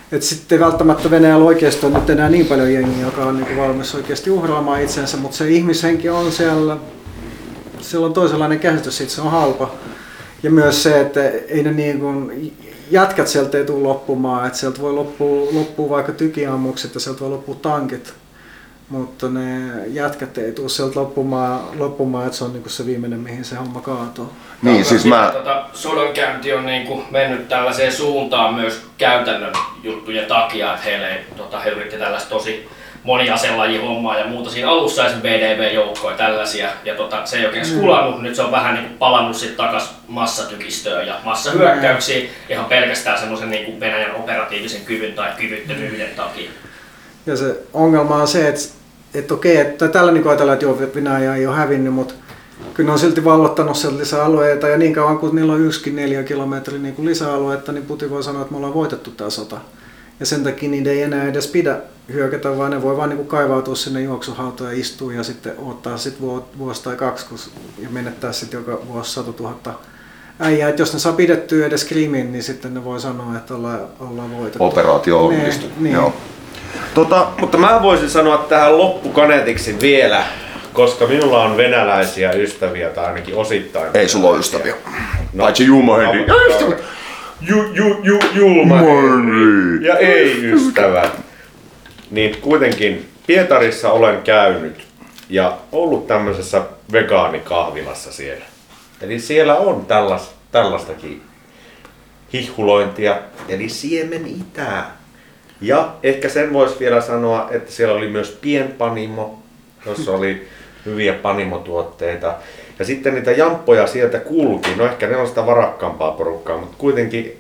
Et sitten ei välttämättä Venäjällä oikeasti ole nyt enää niin paljon jengiä, joka on niin valmis oikeasti uhraamaan itsensä, mutta se ihmishenki on siellä, siellä on toisenlainen käsitys, siitä se on halpa. Ja myös se, että ei ne niin kuin, jätkät sieltä ei tule loppumaan, että sieltä voi loppua, loppua vaikka tykiammukset ja sieltä voi loppua tankit, mutta ne jätkät ei tule sieltä loppumaan, loppumaan että se on niin kuin se viimeinen, mihin se homma kaatuu. Niin, siis mä... tota, sodankäynti on niin kuin mennyt tällaiseen suuntaan myös käytännön juttujen takia, että heille ei, tota, he yritti tällaista tosi moniaselajihommaa ja muuta. Siinä alussa sai B D V-joukkoja tällaisia, ja tota, se ei oikein skulannut, nyt se on vähän niin kuin palannut sitten takas massatykistöön ja massahyökkäyksiin ihan pelkästään semmoisen niin kuin Venäjän operatiivisen kyvyn tai kyvyttömyyden takia. Ja se ongelma on se, että, että okei, että tällä niin ajatellaan, että joo, Venäjä ei ole hävinnyt, mutta kyllä ne on silti vallottanut sieltä lisäalueita, ja niin kauan kuin niillä on yksikin neljä kilometriä niin kuin lisäalueita, niin Putin voi sanoa, että me ollaan voitettu tämä sota. Ja sen takia niitä ei enää edes pidä hyökätä, vaan ne voi vaan niin kuin kaivautua sinne juoksuhautaan ja istua ja sitten odottaa sit vuosi tai kaksi ja menettää sitten joka vuosi sata tuhatta äijää. Et jos ne saa pidettyä edes Krimin, niin sitten ne voi sanoa, että ollaan, ollaan voitettu. Operaatio onnistunut. Niin. Joo. Tota, mutta mä voisin sanoa tähän loppukaneetiksi vielä, koska minulla on venäläisiä ystäviä tai ainakin osittain. Ei sulla ole ystäviä. No, paitsi Julma Henri. Ju, ju, ju, Julma Henri. Ja ei ystävät. Niin kuitenkin Pietarissa olen käynyt ja ollut tämmöisessä vegaanikahvilassa siellä. Eli siellä on tällas, tällaistakin hihhulointia, eli siemen itää. Ja ehkä sen voisi vielä sanoa, että siellä oli myös pienpanimo, jossa oli hyviä panimotuotteita. Ja sitten niitä jamppoja sieltä kulki, no ehkä ne on sitä varakkaampaa porukkaa, mutta kuitenkin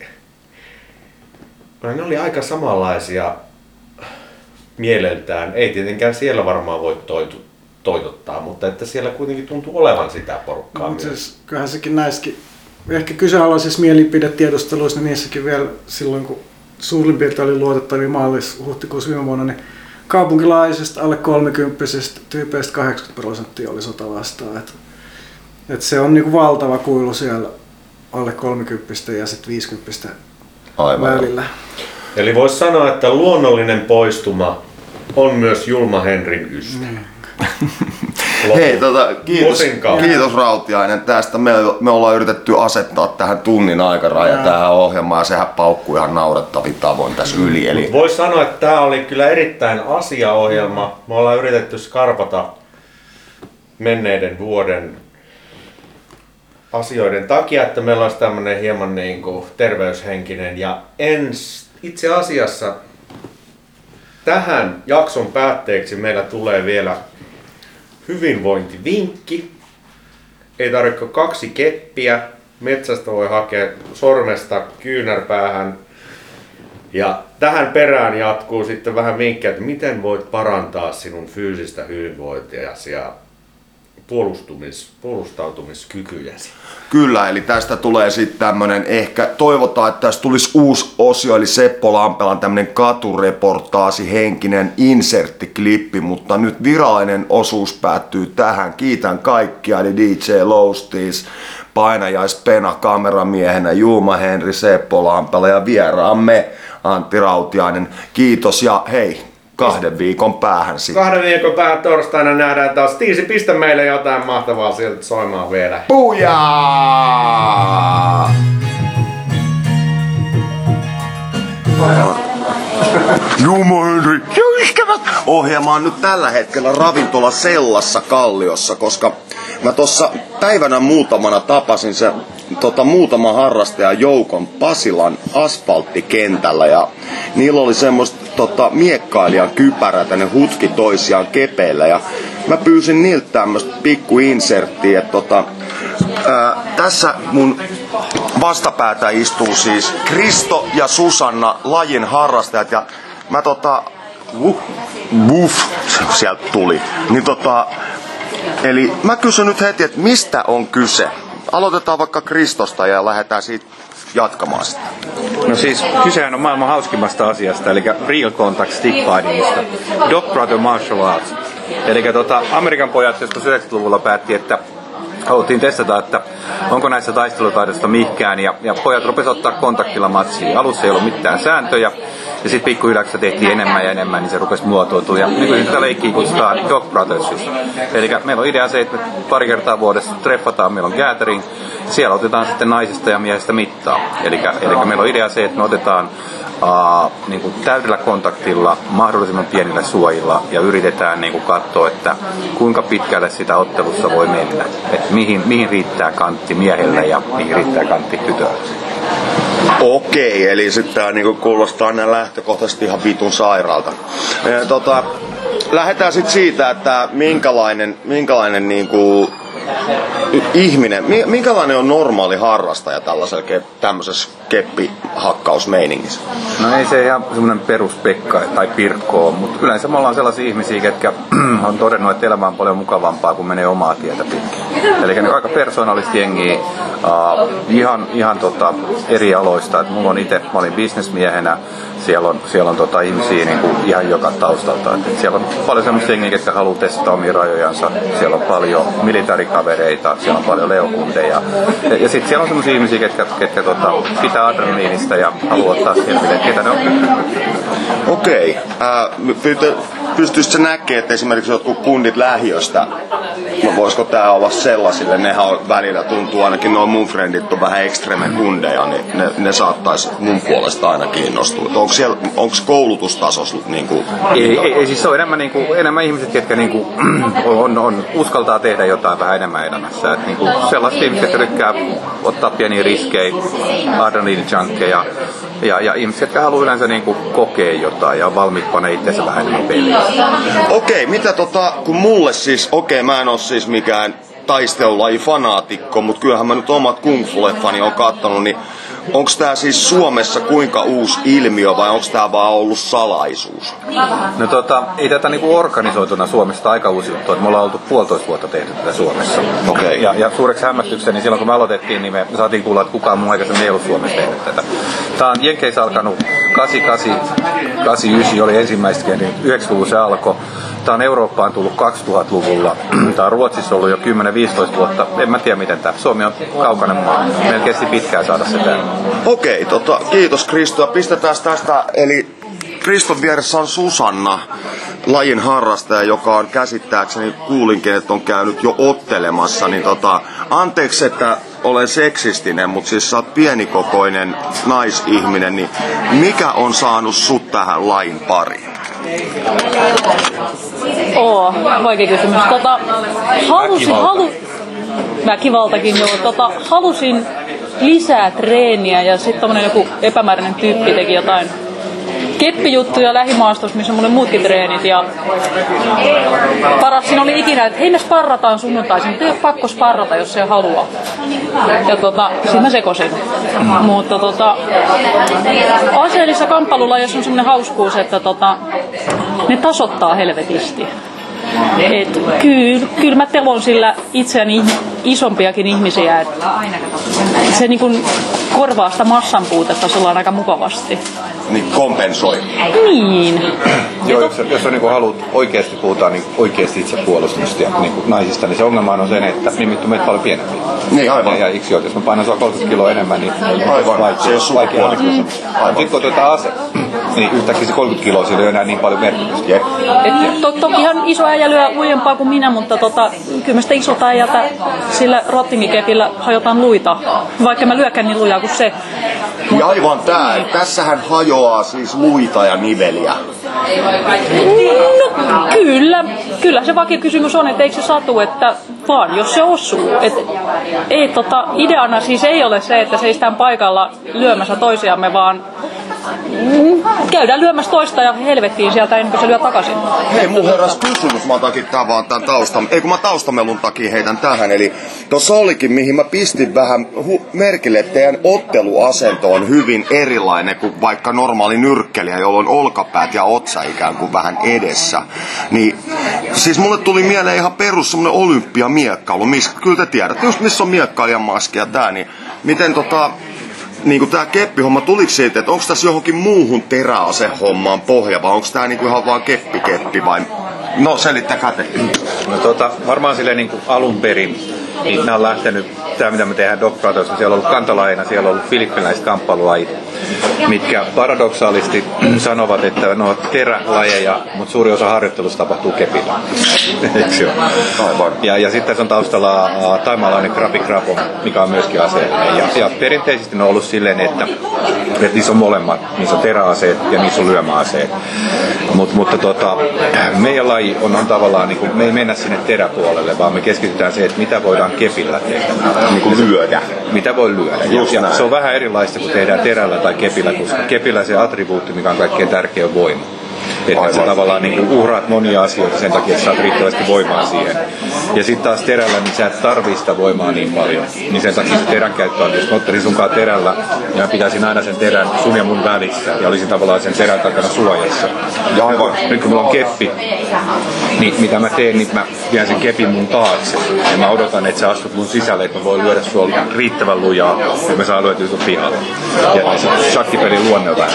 ne oli aika samanlaisia mieleltään. Ei tietenkään siellä varmaan voi toitu, toitottaa, mutta että siellä kuitenkin tuntuu olevan sitä porukkaa. No, siis, kyllähän sekin näissäkin, ehkä kyseenalaisissa mielipidetiedusteluissa, niin niissäkin vielä silloin kun suurin piirtein oli luotettavia maalis-huhtikuussa viime vuonna, niin kaupunkilaisista alle kolmekymppisistä tyypeistä kahdeksankymmentä prosenttia oli sota vastaan. Et, et se on niinku valtava kuilu siellä alle kolmekymppistä ja sitten viisikymppistä välillä. Eli voisi sanoa, että luonnollinen poistuma on myös Julma Henrin ystävä. Mm. Hei, tota, kiitos, kiitos Rautiainen tästä. Me, me ollaan yritetty asettaa tähän tunnin aikaraja tähän ohjelmaan ja sehän paukkuu ihan naurettavin tavoin tässä yli. Eli... Voisi sanoa, että tämä oli kyllä erittäin asiaohjelma. Me ollaan yritetty skarpata menneiden vuoden asioiden takia, että meillä olisi tämmöinen hieman niin kuin terveyshenkinen ja ens, itse asiassa tähän jakson päätteeksi meillä tulee vielä hyvinvointivinkki. Ei tarvitse kaksi keppiä. Metsästä voi hakea sormesta kyynärpäähän. Ja tähän perään jatkuu sitten vähän vinkkejä, että miten voit parantaa sinun fyysistä hyvinvointiasi ja puolustumis, puolustautumiskykyjäsi. Kyllä, eli tästä tulee sitten tämmönen, ehkä toivotaan, että tästä tulisi uusi osio, eli Seppo Lampelan tämmönen katureportaasi, henkinen inserttiklippi, mutta nyt virallinen osuus päättyy tähän. Kiitän kaikkia, eli D J Lousties, painajais Pena kameramiehenä, Julma Henri, Seppo Lampela ja vieraamme Antti Rautiainen. Kiitos ja hei! Kahden viikon päähän sitten. Kahden viikon päähän torstaina nähdään taas. Tiisi, pistä meille jotain mahtavaa sieltä soimaan vielä. Bujaa! Julma Henri ja ystävät! Ohjelma on nyt tällä hetkellä ravintola Sellassa Kalliossa, koska mä tossa päivänä muutamana tapasin se tota, muutama harrastajan joukon Pasilan asfalttikentällä ja niillä oli semmoista tota, miekkailijan kypärät, ne hutki toisiaan kepeillä ja mä pyysin niiltä tämmöstä pikku inserttiä, että tota, ää, tässä mun vastapäätä istuu siis Kristo ja Susanna, lajin harrastajat ja mä tota, wuh, wuff, sieltä tuli, niin tota, eli mä kysyn nyt heti, että mistä on kyse? Aloitetaan vaikka Kristosta ja lähdetään siitä jatkamaan sitä. No siis kysehän on maailman hauskimmasta asiasta, eli Real Contact Stick Fightingista. Dog Brother Martial Arts. Eli tota, Amerikan pojat joskus yhdeksänkymmentäluvulla päätti, että haluttiin testata, että onko näissä taistelutaidosta mihkään, ja, ja pojat rupesivat ottaa kontaktilla matsiin. Alussa ei ollut mitään sääntöjä, Ja sitten pikkuhiljaa, kun tehtiin enemmän ja enemmän, niin se rupesi muotoutua. Ja nykyään sitä leikkiä kutsutaan Dog Brothersista. Eli meillä on idea se, että me pari kertaa vuodessa treffataan, meillä on gathering. Siellä otetaan sitten naisista ja miehistä mittaa. Eli meillä on idea se, että me otetaan Uh, niin kuin täydellä kontaktilla, mahdollisimman pienillä suojilla ja yritetään niin kuin katsoa, että kuinka pitkälle sitä ottelussa voi mennä. Että mihin, mihin riittää kantti miehelle ja mihin riittää kantti tytölle. Okei, eli sitten tämä niinku kuulostaa aina lähtökohtaisesti ihan vitun sairaalta. Ja, tota, lähdetään sitten siitä, että minkälainen, minkälainen niinku ihminen, minkälainen on normaali harrastaja tällaisella tämmöisessä keppihakkausmeiningissä? No ei se ihan semmoinen peruspekka tai pirkko ole, mutta yleensä me ollaan sellaisia ihmisiä, ketkä on todennut, että elämä on paljon mukavampaa, kun menee omaa tietä pitkin. Eli ne aika persoonallista jengiä, uh, ihan, ihan tota eri aloista. Et mulla on itse, mä olin bisnesmiehenä, siellä on, siellä on tota ihmisiä niin kuin ihan joka taustalta. Et siellä on paljon semmoisia jengiä, ketkä haluaa testata omia rajojansa, siellä on paljon militaarikavereita, siellä on paljon leokundeja. Ja, ja sitten siellä on semmoisia ihmisiä, ketkä, ketkä tota, pitää adrenaliinista ja haluaa ottaa selville, että ketä ne on. Okei. Äh, Pystyisikö näkemään, että esimerkiksi jotkut kundit lähiöstä, no voisiko tää olla sellaisille, nehän on välillä tuntuu ainakin, nuo mun friendit on vähän ekstreme kundeja, niin ne, ne saattaisi mun puolesta aina kiinnostua. Onko siellä, onko koulutustasos niinku? Ei, ei, ei siis se on enemmän, niinku, enemmän ihmiset, ketkä niinku, on, on, uskaltaa tehdä jotain vähän enemmän elämässä. Et niinku, sellaiset ihmiset, jotka tykkää ottaa pieniä riskejä, adrenaliinijunkkeja, ja, ja ihmiset, jotka haluaa yleensä niinku kokea jotain ja on valmiit panee itseänsä vähän enemmän peliä. Okei, okay, mitä tota, kun mulle siis, okei okay, mä en oo siis mikään taistelulaji-fanaatikko, mutta kyllähän mä nyt omat kung fu-leffani on kattonut, niin onko tää siis Suomessa kuinka uusi ilmiö vai onko tää vaan ollut salaisuus? No tota, ei tätä niinku organisoituna Suomesta aika uusi juttu, että me ollaan oltu puolitoista vuotta tehty tätä Suomessa. Okay. Ja, ja suureksi hämmästykseni, niin silloin kun me aloitettiin, niin me saatiin kuulla, että kukaan muu aikaisemmin ei ollut Suomessa tehnyt tätä. Tää on Jenkeissä alkanut kahdeksankymmentäkahdeksan, kahdeksankymmentäyhdeksän oli ensimmäistä, niin yhdeksänkymmentäluvulla se alkoi. Tää on Eurooppaan tullut kaksituhattaluvulla. Tää on Ruotsissa ollut jo kymmenen viisitoista vuotta. En mä tiedä miten tää. Suomi on kaukainen maa. Meillä kesti pitkään saada se tänne. Okei, tota, kiitos Kristo. Pistetään tästä, eli Kriston vieressä on Susanna, lajin harrastaja, joka on käsittääkseni, kuulinkin, että on käynyt jo ottelemassa. Niin tota, anteeksi, että olen seksistinen, mutta siis sä oot pienikokoinen naisihminen, niin mikä on saanut sut tähän lajin pariin? Oo, vaikea kysymys. Tota, halusin, halu... Väkivaltakin joo. Tota, halusin lisää treeniä ja sitten tommonen joku epämääräinen tyyppi teki jotain keppijuttuja lähimaastossa, missä on mulle muutkin treenit. Ja paras siinä oli ikinä, että hei me sparrataan sunnuntaisin, mutta ei ole pakko sparrata, jos se haluaa. Ja tota, siinä mä sekosin. Mm. Mutta tota, aseellisessa kamppailulajissa on semmoinen hauskuus, että tota, ne tasoittaa helvetisti. Et kyllä, kyllä mä telon sillä itseäni isompiakin ihmisiä, että se niin kuin korvaa sitä massan puutetta sellainen aika mukavasti. Niin kompensoi. Niin. Joo, jos, jos on niin haluat oikeasti puhutaan niin oikeasti itsepuolustusta ja niin naisista, niin se ongelma on sen, että mimmit on meitä paljon pienempiä. Niin, aivan. Ja, ja iksiot, jos mä painan sua kolmekymmentä kiloa enemmän, niin aivan. Vaikea, se ei ole sukupuoli. Mm. Sitten kun otetaan ase, niin yhtäkkiä se kolmekymmentä kiloa, sillä ei ole enää niin paljon merkitystä. Jep. Et to, toki ihan iso äijä lyö uijempaa kuin minä, mutta tota, kyllä mä sitä isolta äijältä sillä rottingikepillä hajotaan luita, vaikka mä lyökään niin lujaa kuin se. Ja aivan tää, tässähän hajoaa siis luita ja niveliä. No kyllä, kyllä se vakiokysymys on, että eikö se satu, että vaan jos se osuu. Et, ei, tota, ideana siis ei ole se, että seistään paikalla lyömässä toisiamme, vaan mm, käydään lyömässä toista ja helvettiin sieltä ennen kuin se lyö takaisin. Hei, mun herras kysymys, mä otankin tää vaan tän taustan, ei kun mä taustamelun takia heitän tähän, eli tossa olikin, mihin mä pistin vähän hu- merkille, että teidän otteluasento on hyvin erilainen kuin vaikka normaali nyrkkelijä, jolla on olkapäät ja otsa ikään kuin vähän edessä. Niin, siis mulle tuli mieleen ihan perus semmonen olympiamiekkailu, missä, kyllä te tiedätte, just missä on miekkailijan maski ja tää, niin miten tota, niinku tää keppihomma, tuliko siitä, että onko tässä johonkin muuhun teräasehommaan pohja, vai onko tää niinku ihan vaan keppi-keppi, vai no selittäkää te. No tota, varmaan silleen niinku alun perin, niin nämä on lähtenyt, tämä mitä me tehdään Dog Brothers, siellä on ollut kantalajina, siellä on ollut filippiläiset kamppailulajit, mitkä paradoksaalisti sanovat, että ne ovat terälajeja, mutta suuri osa harjoittelusta tapahtuu kepillä. Eikö se ole? Ja, ja sitten tässä on taustalla uh, taimaalainen Krabi Krabon, mikä on myöskin aseellinen. Ja, ja perinteisesti ne on ollut silleen, että, että niissä on molemmat. Niissä on teräaseet ja niissä on lyömäaseet. Mut, mutta tota, meidän laji on, on tavallaan, niin kuin, me ei mennä sinne teräpuolelle, vaan me keskitytään siihen, että mitä voidaan kepillä tehdä. Niin kuin lyödä. Mitä voi lyödä. Ja, ja se on vähän erilaista, kun tehdään terällä tai kepillä, koska kepillä se attribuutti, mikä on kaikkein tärkein, on voima. Että sä tavallaan niin uhraat monia asioita sen takia, että saat riittävästi voimaa siihen. Ja sitten taas terällä, niin sä et tarvii sitä voimaa niin paljon. Niin sen takia se terän käyttö on, jos mä ottaisin sunkaan terällä, ja mä pitäisin aina sen terän sun ja mun välissä, ja olisin tavallaan sen terän takana suojassa. Ja aivan. Nyt kun mulla on keppi, niin mitä mä teen, niin mä vien sen kepin mun taakse. Ja mä odotan, että sä astut mun sisälle, että mä voin lyödä sua riittävän lujaa, että mä saan lyötyä sun pihalle. Ja se shakkipelin luonne on vähän.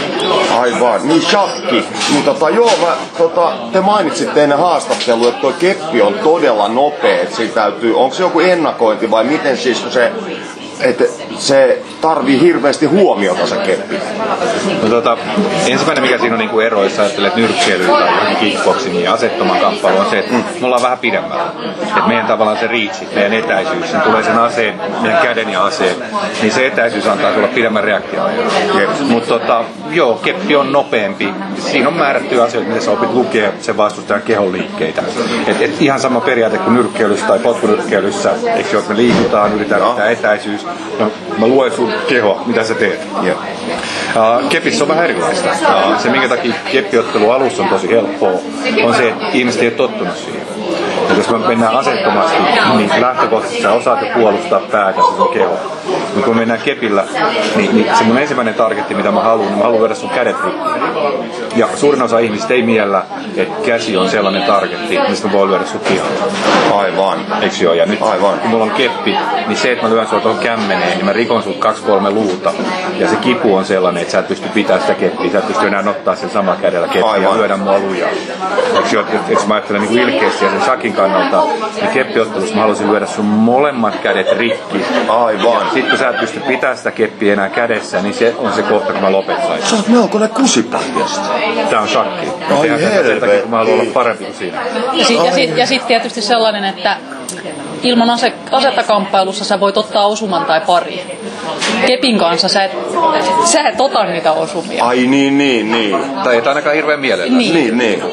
Aivan, niin shakki. Niin tota, joo, mä, tota, te mainitsitte ennen haastattelua, että tuo keppi on todella nopea, että siitä täytyy, onko se joku ennakointi vai miten siis, kun se, että se tarvii hirveästi huomiota se keppi? No, tota, ensimmäinen mikä siinä on niinku ero, jos ajattelet nyrkkeilyä tai kickboxing ja asettoman kamppailu on se, että mm. me ollaan vähän pidemmällä. Et meidän tavallaan se reach, meidän etäisyys, sen tulee sen aseen, meidän käden ja aseen, niin se etäisyys antaa sulla pidemmän reaktioajan. Mutta tota, joo, keppi on nopeampi. Siinä on määrättyjä asioita, miten sä opit lukea sen vastustajan kehon liikkeitä. Et, et ihan sama periaate kuin nyrkkeilyssä tai potkunyrkkeilyssä, eikö jo, että me liikutaan, yritetään pitää etäisyys. No, mä luen sun kehoa, mitä sä teet. Yeah. Uh, kepissä on vähän erilaista. Uh, se minkä takia keppiottelu alussa on tosi helppoa, on se, että ihmiset ei ole tottunut siihen. Ja jos me mennään asettomasti, niin lähtökohtaisesti sä osaat jo puolustaa päätä sun kehoa. Mutta kun me mennään kepillä, niin, niin se mun ensimmäinen targetti, mitä mä haluan, niin mä haluan lyödä sun kädet rikki. Ja suurin osa ihmisistä ei miellä, että käsi on sellainen targetti, mistä mä voin lyödä sun pihalle. Aivan. Eikö joo? Ja nyt aivan. Kun mulla on keppi, niin se, että mä lyön sua tuon kämmeneen, niin mä rikon sut kaksi kolme luuta. Ja se kipu on sellainen, että sä et pysty pitämään sitä keppiä. Sä et pysty enää ottaa sen samalla kädellä keppiä ja lyödä mua lujaa. Eikö joo? Eikö mä ajattelen niin ilkeästi ja sen shakin kannalta, niin keppiottelussa mä haluaisin lyödä sun molemmat kädet rikki. Aivan. Sitten kun sä et pysty pitämään sitä keppiä enää kädessä, niin se on se kohta, kun mä lopettaisin. Sä oot melkoinen kusipähkästä. Tää on shakki. Ai helvetti. Kun mä haluan olla parempi kuin siinä. Ja sitten ja sit, ja sit tietysti sellainen, että ilman ase, asetta kamppailussa sä voit ottaa osuman tai pari. Kepin kanssa sä et, sä et ota niitä osumia. Ai niin, niin, niin. Tai et ainakaan hirveän mielellään. Niin, niin. niin.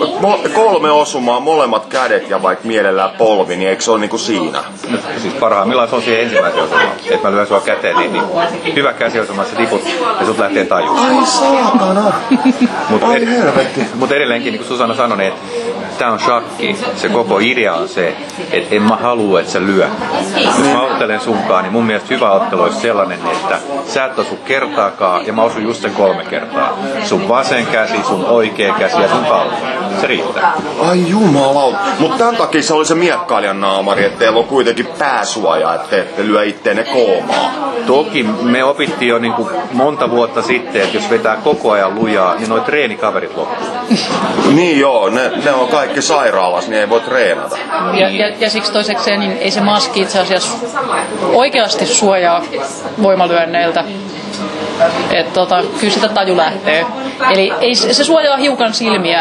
Kolme osumaa, molemmat kädet ja vaikka mielellään polvi, niin eikö se ole niinku siinä? No, siis parhaimmillaan se on siihen ensimmäisen osumaan. Että mä lyön sua käteen, niin, niin hyvä käsiosuma, sä tiput ja sut lähtee tajuun. Ai saatana. Mut Ai ed- helvetti. Mut edelleenkin, niin kuin Susanna sanoi, niin että tää on shakki. Se koko idea on se, että en mä halua, että sä lyö. Jos mä ottelen sunkaan, niin mun mielestä hyvä ottelu olisi sellainen, että sä et osu kertaakaan ja mä osun just sen kolme kertaa. Sun vasen käsi, sun oikea käsi ja sun pallo. Se riittää. Ai jumalauta. Mutta tämän takia se oli se miekkailijan naamari, että teillä on kuitenkin pääsuoja, että te ette lyö itteenne koomaa. Toki me opittiin jo niin kuin monta vuotta sitten, että jos vetää koko ajan lujaa, niin noi treenikaverit loppuu. Niin joo, ne, ne on kaikki sairaalassa, niin ei voi treenata. Ja, ja, ja siksi toisekseen niin ei se maski itse asiassa oikeasti suojaa voimalyönneiltä. Että tota, kyllä sitä taju lähtee. Eli ei, se suojaa hiukan silmiä,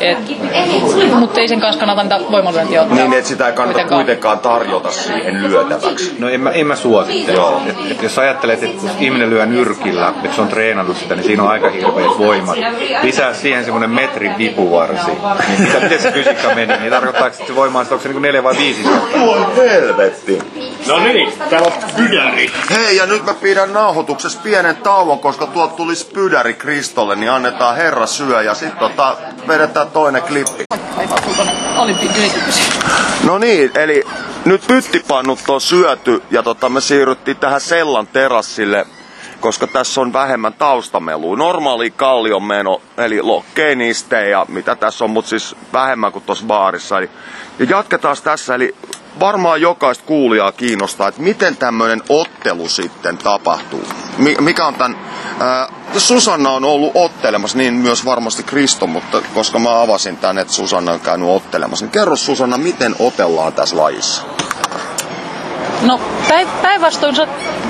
mutta ei sen kanssa kannata niitä voimalyöntiä ottaa. Niin, että sitä ei kannata kuitenkaan, kuitenkaan tarjota siihen lyötäväksi. No en mä, en mä suosittele. Et, et jos ajattelet, että kun ihminen lyö nyrkillä, että se on treenannut sitä, niin siinä on aika hirveät voimat. Lisää siihen semmoinen metrin vipuvarsi. Niin mitä, miten se fysiikka meni, niin tarkoittaako, että se voimaa, onko se niin neljä vai viisi? Voi helvetti. No niin, täällä on pydäri. Hei, ja nyt mä pidän nauhoituksessa pienen tauon, koska tuolta tulisi pydäri Kristolle, niin annetaan herra syö ja sitten tota, vedetään toinen klippi. No niin, eli nyt pyttipannut on syöty ja tota, me siirryttiin tähän Sellan terassille, koska tässä on vähemmän taustamelua. Normaali kallion meno, eli lokkeeniste ja mitä tässä on, mutta siis vähemmän kuin tuossa baarissa. Eli, ja jatketaan tässä, eli varmaan jokaista kuulijaa kiinnostaa, että miten tämmöinen ottelu sitten tapahtuu. Mikä on tämän... Ää, Susanna on ollut ottelemassa, niin myös varmasti Kristo, mutta koska mä avasin tän, että Susanna on käynyt ottelemassa, niin kerro Susanna, miten otellaan tässä lajissa? No päinvastoin,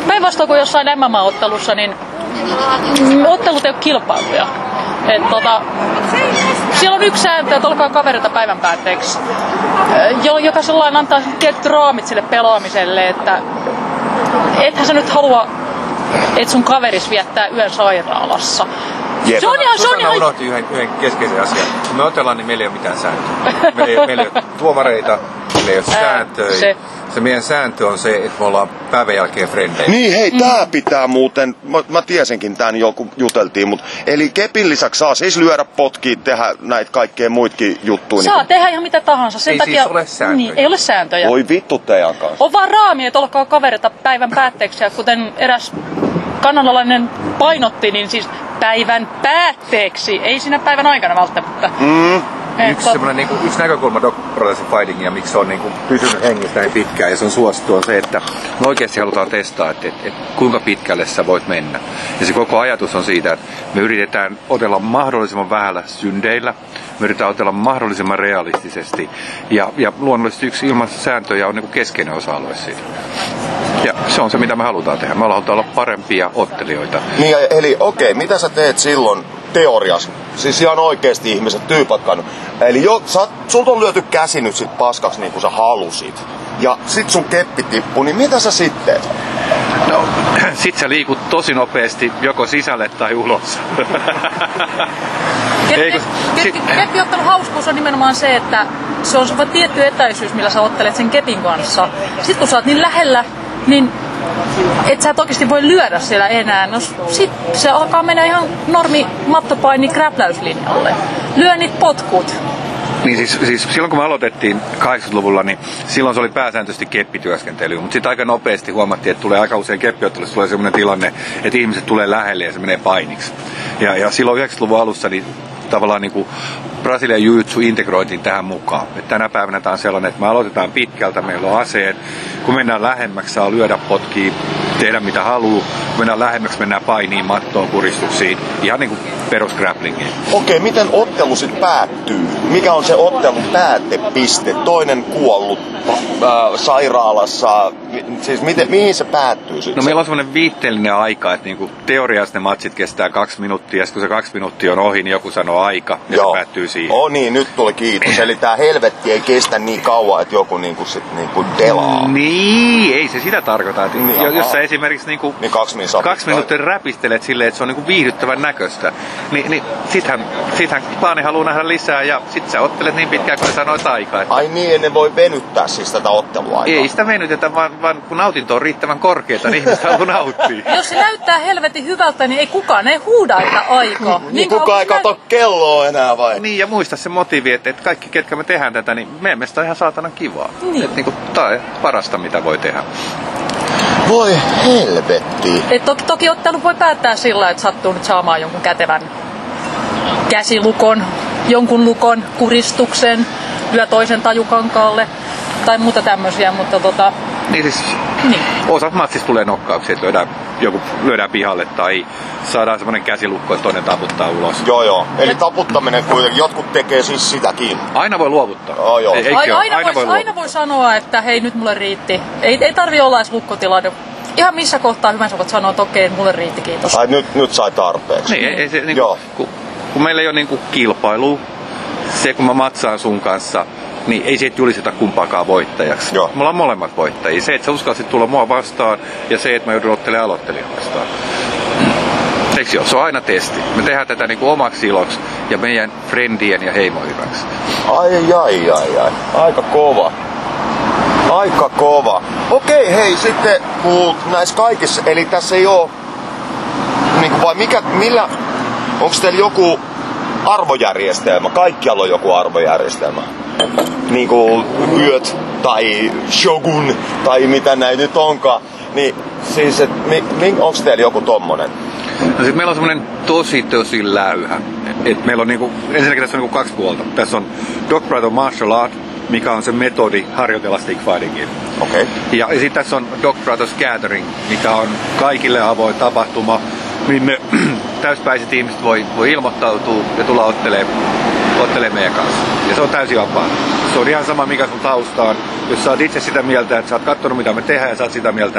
päinvastoin kuin jossain M M A-ottelussa, niin ottelut ei ole kilpailuja. Et tota, siellä on yksi sääntö, että olkaa kavereita päivän päätteeksi, joka sellainen antaa tietyt raamit sille pelaamiselle, että ethän sä nyt halua, että sun kaveris viettää yön sairaalassa. Jep. Se on ihan, se on ihan... unohti yhden, yhden keskeisen asian. Kun me otellaan, niin meillä ei ole mitään sääntöjä. Meillä ei ole, meillä ei ole tuomareita, meillä ei ole sääntöjä. Se. se meidän sääntö on se, että me ollaan päivän jälkeen frendejä. Niin hei, mm. tää pitää muuten, mä, mä tiesinkin tän jo kun juteltiin, mutta eli kepin lisäksi saa siis lyödä, potkia, tehdä näitä kaikkea muitkin juttuja. Saa niin tehdä ihan mitä tahansa. Sen ei takia, siis ole sääntöjä. Niin, ei ole sääntöjä. Voi vittu teidän kanssa. On vaan raami, että olkaa kavereita päivän päätteeksi, ja kuten eräs kanadalainen painotti, niin siis päivän päätteeksi, ei siinä päivän aikana välttämättä. Mm. Yksi, niin kuin, yksi näkökulma Dog Brothers Fightingia, miksi se on niin kuin, pysynyt hengissä näin pitkään ja se on suosittu, on se, että me oikeasti halutaan testaa, että, että, että kuinka pitkälle sä voit mennä. Ja se koko ajatus on siitä, että me yritetään otella mahdollisimman vähällä syndeillä, me yritetään otella mahdollisimman realistisesti ja, ja luonnollisesti yksi ilman sääntöjä on niin kuin keskeinen osa-alue siitä. Ja se on se, mitä me halutaan tehdä. Me halutaan olla parempia ottelijoita. Niin, eli okei, okay, mitä sä teet silloin teoriassa? Siis ihan oikeesti ihmiset tyypatkaan. Eli jo, sä, sulta on lyöty käsi nyt sit paskaksi niin kuin sä halusit. Ja sit sun keppi tippuu, niin mitä sä sitten teet? No, sit sä liikut tosi nopeasti joko sisälle tai ulos. Keppiottelun hauskuus on nimenomaan se, että se on vain tietty etäisyys, millä sä ottelet sen kepin kanssa. Sitten kun sä oot niin lähellä, niin et sä et oikeasti voi lyödä siellä enää. No sit se alkaa mennä ihan normi mattopaini kräpläyslinjalle. Lyö niitä potkut. Niin siis, siis silloin kun me aloitettiin kahdeksankymmentäluvulla, niin silloin se oli pääsääntöisesti keppityöskentely. Mutta sitten aika nopeasti huomattiin, että tulee aika usein keppiottelussa tulee sellainen tilanne, että ihmiset tulee lähelle ja se menee painiksi. Ja, ja silloin yhdeksänkymmentäluvun alussa niin tavallaan niin kuin Brasilian jiu-jitsu integroitiin tähän mukaan. Et tänä päivänä tämä on sellainen, että me aloitetaan pitkältä, meillä on aseet. Kun mennään lähemmäksi, saa lyödä, potkia, tehdä mitä haluaa. Kun mennään lähemmäksi, mennään painiin, mattoon, kuristuksiin. Ihan niin kuin perusgrapplingiin. Okei, miten ottelu sitten päättyy? Mikä on se ottelun päätepiste? Toinen kuollut äh, sairaalassa. Siis miten, mihin se päättyy sitten? No meillä on semmoinen viitteellinen aika, että niinku teoriassa ne matsit kestää kaksi minuuttia. Ja kun se kaksi minuuttia on ohi, niin joku sanoo aika ja Joo. se päättyy siihen. Oh niin, nyt tuli kiitos. Eli tää helvetti ei kestä niin kauan, että joku niinku sit niinku delaa. Niin, ei se sitä tarkoita. Että niin, jos sä esimerkiksi niinku niin kaksi, kaksi minuuttia räpistelet silleen, että se on niinku viihdyttävän näköistä, niin, niin sittenhän, sittenhän Paani haluaa nähdä lisää ja sit sä ottelet niin pitkään, kun sä sanoit aikaa. Että... Ai niin, ne voi venyttää siis tätä ottelua. Ei sitä venytetä, vaan, vaan kun nautinto on riittävän korkeata, niin ihmiset haluaa nauttia. Jos se näyttää helvetin hyvältä, niin ei kukaan ei huuda, että aikaa. Niin, niin kukaan ei kato näyt... kelloa enää vai? Niin, ja muista se motiivi, että, että kaikki, ketkä me tehdään tätä, niin meidän mielestä on ihan saatanan kivaa. Niin. Että niin tää on parasta, mitä voi tehdä. Voi helvetti. Et toki, toki ottelu voi päättää sillä, että sattuu nyt saamaan jonkun kätevän käsilukon, jonkun lukon, kuristuksen, lyö toisen tajukankaalle tai muuta tämmöisiä, mutta tota... Niin siis niin. Osa matsista tulee nokkauksia, että lyödään, joku lyödään pihalle tai saadaan semmoinen käsilukko, että toinen taputtaa ulos. Joo joo, eli taputtaminen kuitenkin, jotkut tekee siis sitäkin. Aina voi luovuttaa. Oh, joo. Ei, aina, aina, aina, voi, aina voi sanoa, että hei nyt mulle riitti. Ei, ei tarvi olla edes lukkotila. Ihan missä kohtaa hyvänsä voit sanoa, että okei, mulle riitti, kiitos. Ai nyt, nyt sai tarpeeksi. Niin, ei, ei se, niin kuin, kun, kun meillä ei ole niin kuin kilpailua, se kun mä matsaan sun kanssa, niin ei siitä julisteta kumpaakaan voittajaksi. Joo. Me ollaan molemmat voittajia. Se, että sä uskalsit tulla mua vastaan ja se, että mä joudun ottelemaan aloittelijan vastaan. Eikö joo? Se on aina testi. Me tehdään tätä niin kuin omaksi iloksi ja meidän friendien ja heimo hyväksi. Ai ai ai ai. Aika kova. Aika kova. Okei, hei sitten kun näissä kaikissa, eli tässä ei oo niin kuin vai mikä, millä, onko teillä joku arvojärjestelmä? Kaikkialla on joku arvojärjestelmä. Niin kuin yöt tai shogun tai mitä näin nyt onkaan. Niin siis, et, mi, mi, onko teillä joku tommonen? No sit meillä on semmonen tosi tosi läyhä. Et meillä on niinku, ensinnäkin tässä on niinku kaksi puolta. Tässä on Dog Brother Martial Art, mikä on se metodi harjoitella stickfightingia. Okay. Ja, ja sitten tässä on Dog Brothers Gathering, mikä on kaikille avoin tapahtuma, minne täyspäiset ihmiset voi, voi ilmoittautua ja tulla ottelemaan, ottelemaan meidän kanssa. Ja se on täysin vapaa. Se on ihan sama mikä sun tausta on. Jos sä oot itse sitä mieltä, että sä oot kattonut mitä me tehdään ja sä oot sitä mieltä, että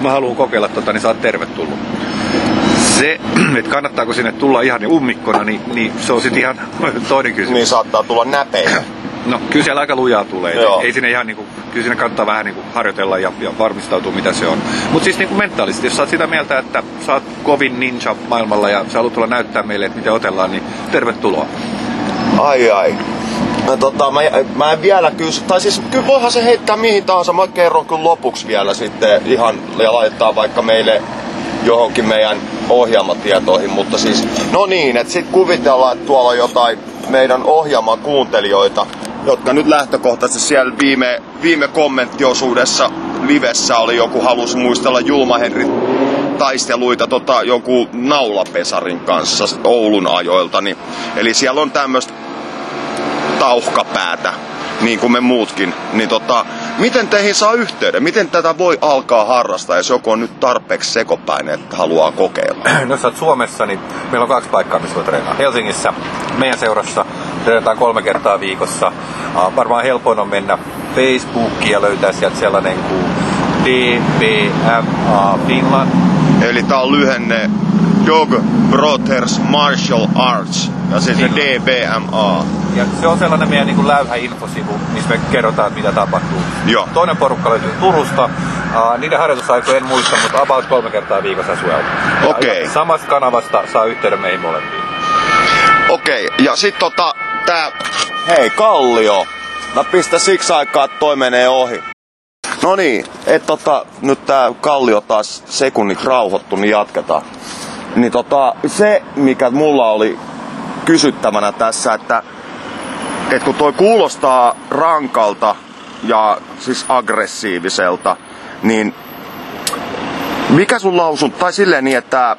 mä haluan kokeilla tota, niin sä oot tervetullut. Se, että kannattaako sinne tulla ihan niin ummikkona, niin, niin se on sitten ihan toinen kysymys. Niin saattaa tulla näpeitä. No kyllä siellä aika lujaa tulee. Joo. Ei sinne ihan niinku, kyllä sinne kannattaa vähän niinku harjoitella ja, ja varmistautua mitä se on. Mutta siis niinku mentaalisesti, jos sä oot sitä mieltä, että sä oot kovin ninja maailmalla ja sä haluat tulla näyttää meille, että miten otellaan, niin tervetuloa. Ai ai. No, tota, mä, mä en vielä kysy, tai siis kyllä voihan se heittää mihin tahansa, mä kerron kyllä lopuksi vielä sitten ihan ja laittaa vaikka meille johonkin meidän ohjelmatietoihin, mutta siis no niin, että sit kuvitellaan, että tuolla on jotain meidän ohjelman kuuntelijoita, jotka nyt lähtökohtaisesti siellä viime, viime kommenttiosuudessa livessä oli joku halus muistella Julma Henri taisteluita tota, joku naulapesarin kanssa Oulun ajoilta, niin, eli siellä on tämmöistä tauhkapäätä, niin kuin me muutkin, niin tota, miten teihin saa yhteyden? Miten tätä voi alkaa harrastaa, jos joku on nyt tarpeeksi sekopäinen, että haluaa kokeilla? No jos olet Suomessa, niin meillä on kaksi paikkaa, missä voi treenaa. Helsingissä meidän seurassa treenataan kolme kertaa viikossa. Uh, varmaan helpoin on mennä Facebookiin ja löytää sieltä sellainen kuin D B M A Finland. Eli tää on lyhenne Dog Brothers Martial Arts ja siis se D B M A. Ja se on sellainen meidän niin kuin läyhä infosivu, missä me kerrotaan, mitä tapahtuu. Joo. Toinen porukka löytyy Turusta. Uh, niiden harjoitusaikoja en muista, mutta about kolme kertaa viikossa suelta. Okei. Okay. Samasta kanavasta saa yhteyden meihin molempiin. Okei, okay. Ja sit tota, tää, hei Kallio, mä pistä siksi aikaa, että toi menee ohi. No niin, et tota, nyt tää Kallio taas sekunniksi rauhoittu, niin jatketaan. Niin tota, se mikä mulla oli kysyttävänä tässä, että et kun toi kuulostaa rankalta ja siis aggressiiviselta, niin mikä sun lausun, tai silleen niin, että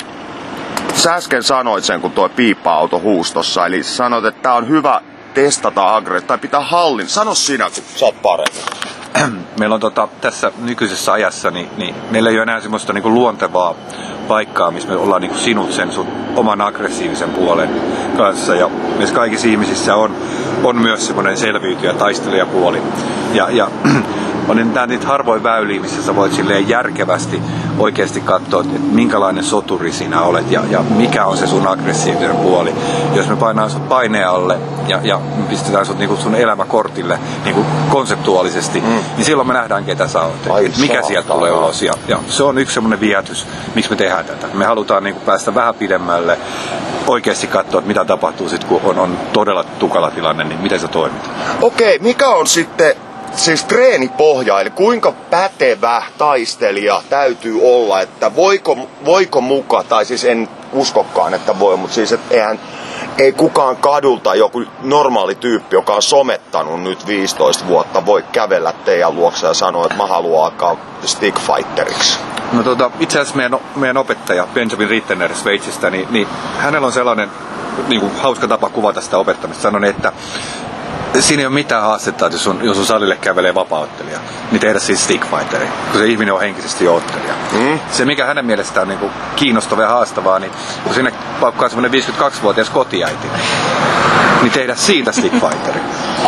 sä äsken sanoit sen, kun toi piippa-auto huustossa, eli sanoit, että tää on hyvä testata aggressiivista, tai pitää hallin. Sano sinä, kun sä oot paremmin. Meillä on tota, tässä nykyisessä ajassa, niin, niin meillä ei ole enää semmoista niin kuin luontevaa paikkaa, missä me ollaan niin kuin sinut sen sun oman aggressiivisen puolen kanssa. Ja meissä kaikissa ihmisissä on, on myös semmoinen selviytyjä, taistelijapuoli. Ja, ja on nää niitä harvoin väyliä, missä sä voit silleen järkevästi oikeasti katsoa, että minkälainen soturi sinä olet ja, ja mikä on se sun aggressiivinen puoli. Jos me painaan sut paineen alle ja, ja me pistetään sut niinku sun elämäkortille niinku konseptuaalisesti, mm. niin silloin me nähdään, ketä sä oot. Ai, mikä sieltä tulee ulos. Ja, ja se on yksi semmoinen vietys, miksi me tehdään tätä. Me halutaan niinku päästä vähän pidemmälle, oikeasti katsoa, että mitä tapahtuu sit, kun on, on todella tukala tilanne, niin miten sä toimit. Okei, mikä on sitten siis treenipohja, eli kuinka pätevä taistelija täytyy olla, että voiko, voiko muka, tai siis en uskokaan, että voi, mutta siis et eihän, ei kukaan kadulta joku normaali tyyppi, joka on somettanut nyt viisitoista vuotta, voi kävellä teidän luokse ja sanoa, että mä haluan alkaa stickfighteriksi. No tota, itse asiassa meidän, meidän opettaja Benjamin Rittener Sveitsistä, niin, niin hänellä on sellainen niin kuin hauska tapa kuvata sitä opettamista. Sanon, että siinä ei ole mitään haastetta, että jos sun, jos sun salille kävelee vapaa-ottelija, niin tehdä siis stickfighteri, kun se ihminen on henkisesti jo ottelija. Mm. Se, mikä hänen mielestään on niin kuin kiinnostavaa ja haastavaa, niin kun sinne paukkaa semmoinen viisikymmentäkaksivuotias kotiäiti, niin tehdä siitä stickfighteri.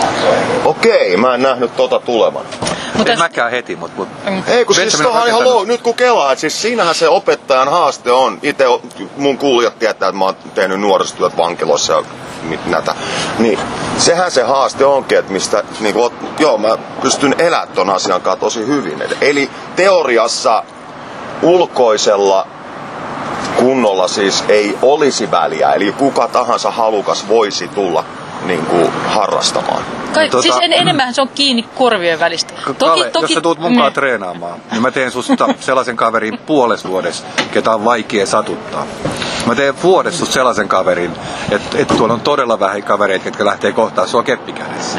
Okei, mä en nähnyt tota tulevan. En täs... mäkään heti, mutta... Mut ei, kun siis tohan ihan lou... Nyt kun kelaa, että siis siinähän se opettajan haaste on. Itse mun kuulijat tietää, että mä oon tehnyt nuorisotyöt vankiloissa ja näitä. Niin sehän se haaste onkin, että mistä... Niin kun, joo, mä pystyn elämään ton asian kanssa tosi hyvin. Eli teoriassa ulkoisella kunnolla siis ei olisi väliä. Eli kuka tahansa halukas voisi tulla niin kuin harrastamaan. Kai, tuota, siis en, enemmän se on kiinni korvien välistä. Toki, toki, jos sä tuut mukaan ne. treenaamaan, niin mä teen susta sellaisen kaverin puolesta vuodessa, ketä on vaikea satuttaa. Mä teen vuodessa susta sellaisen kaverin, että, että tuolla on todella vähän kavereita, jotka lähtee kohtaan sua keppikädessä.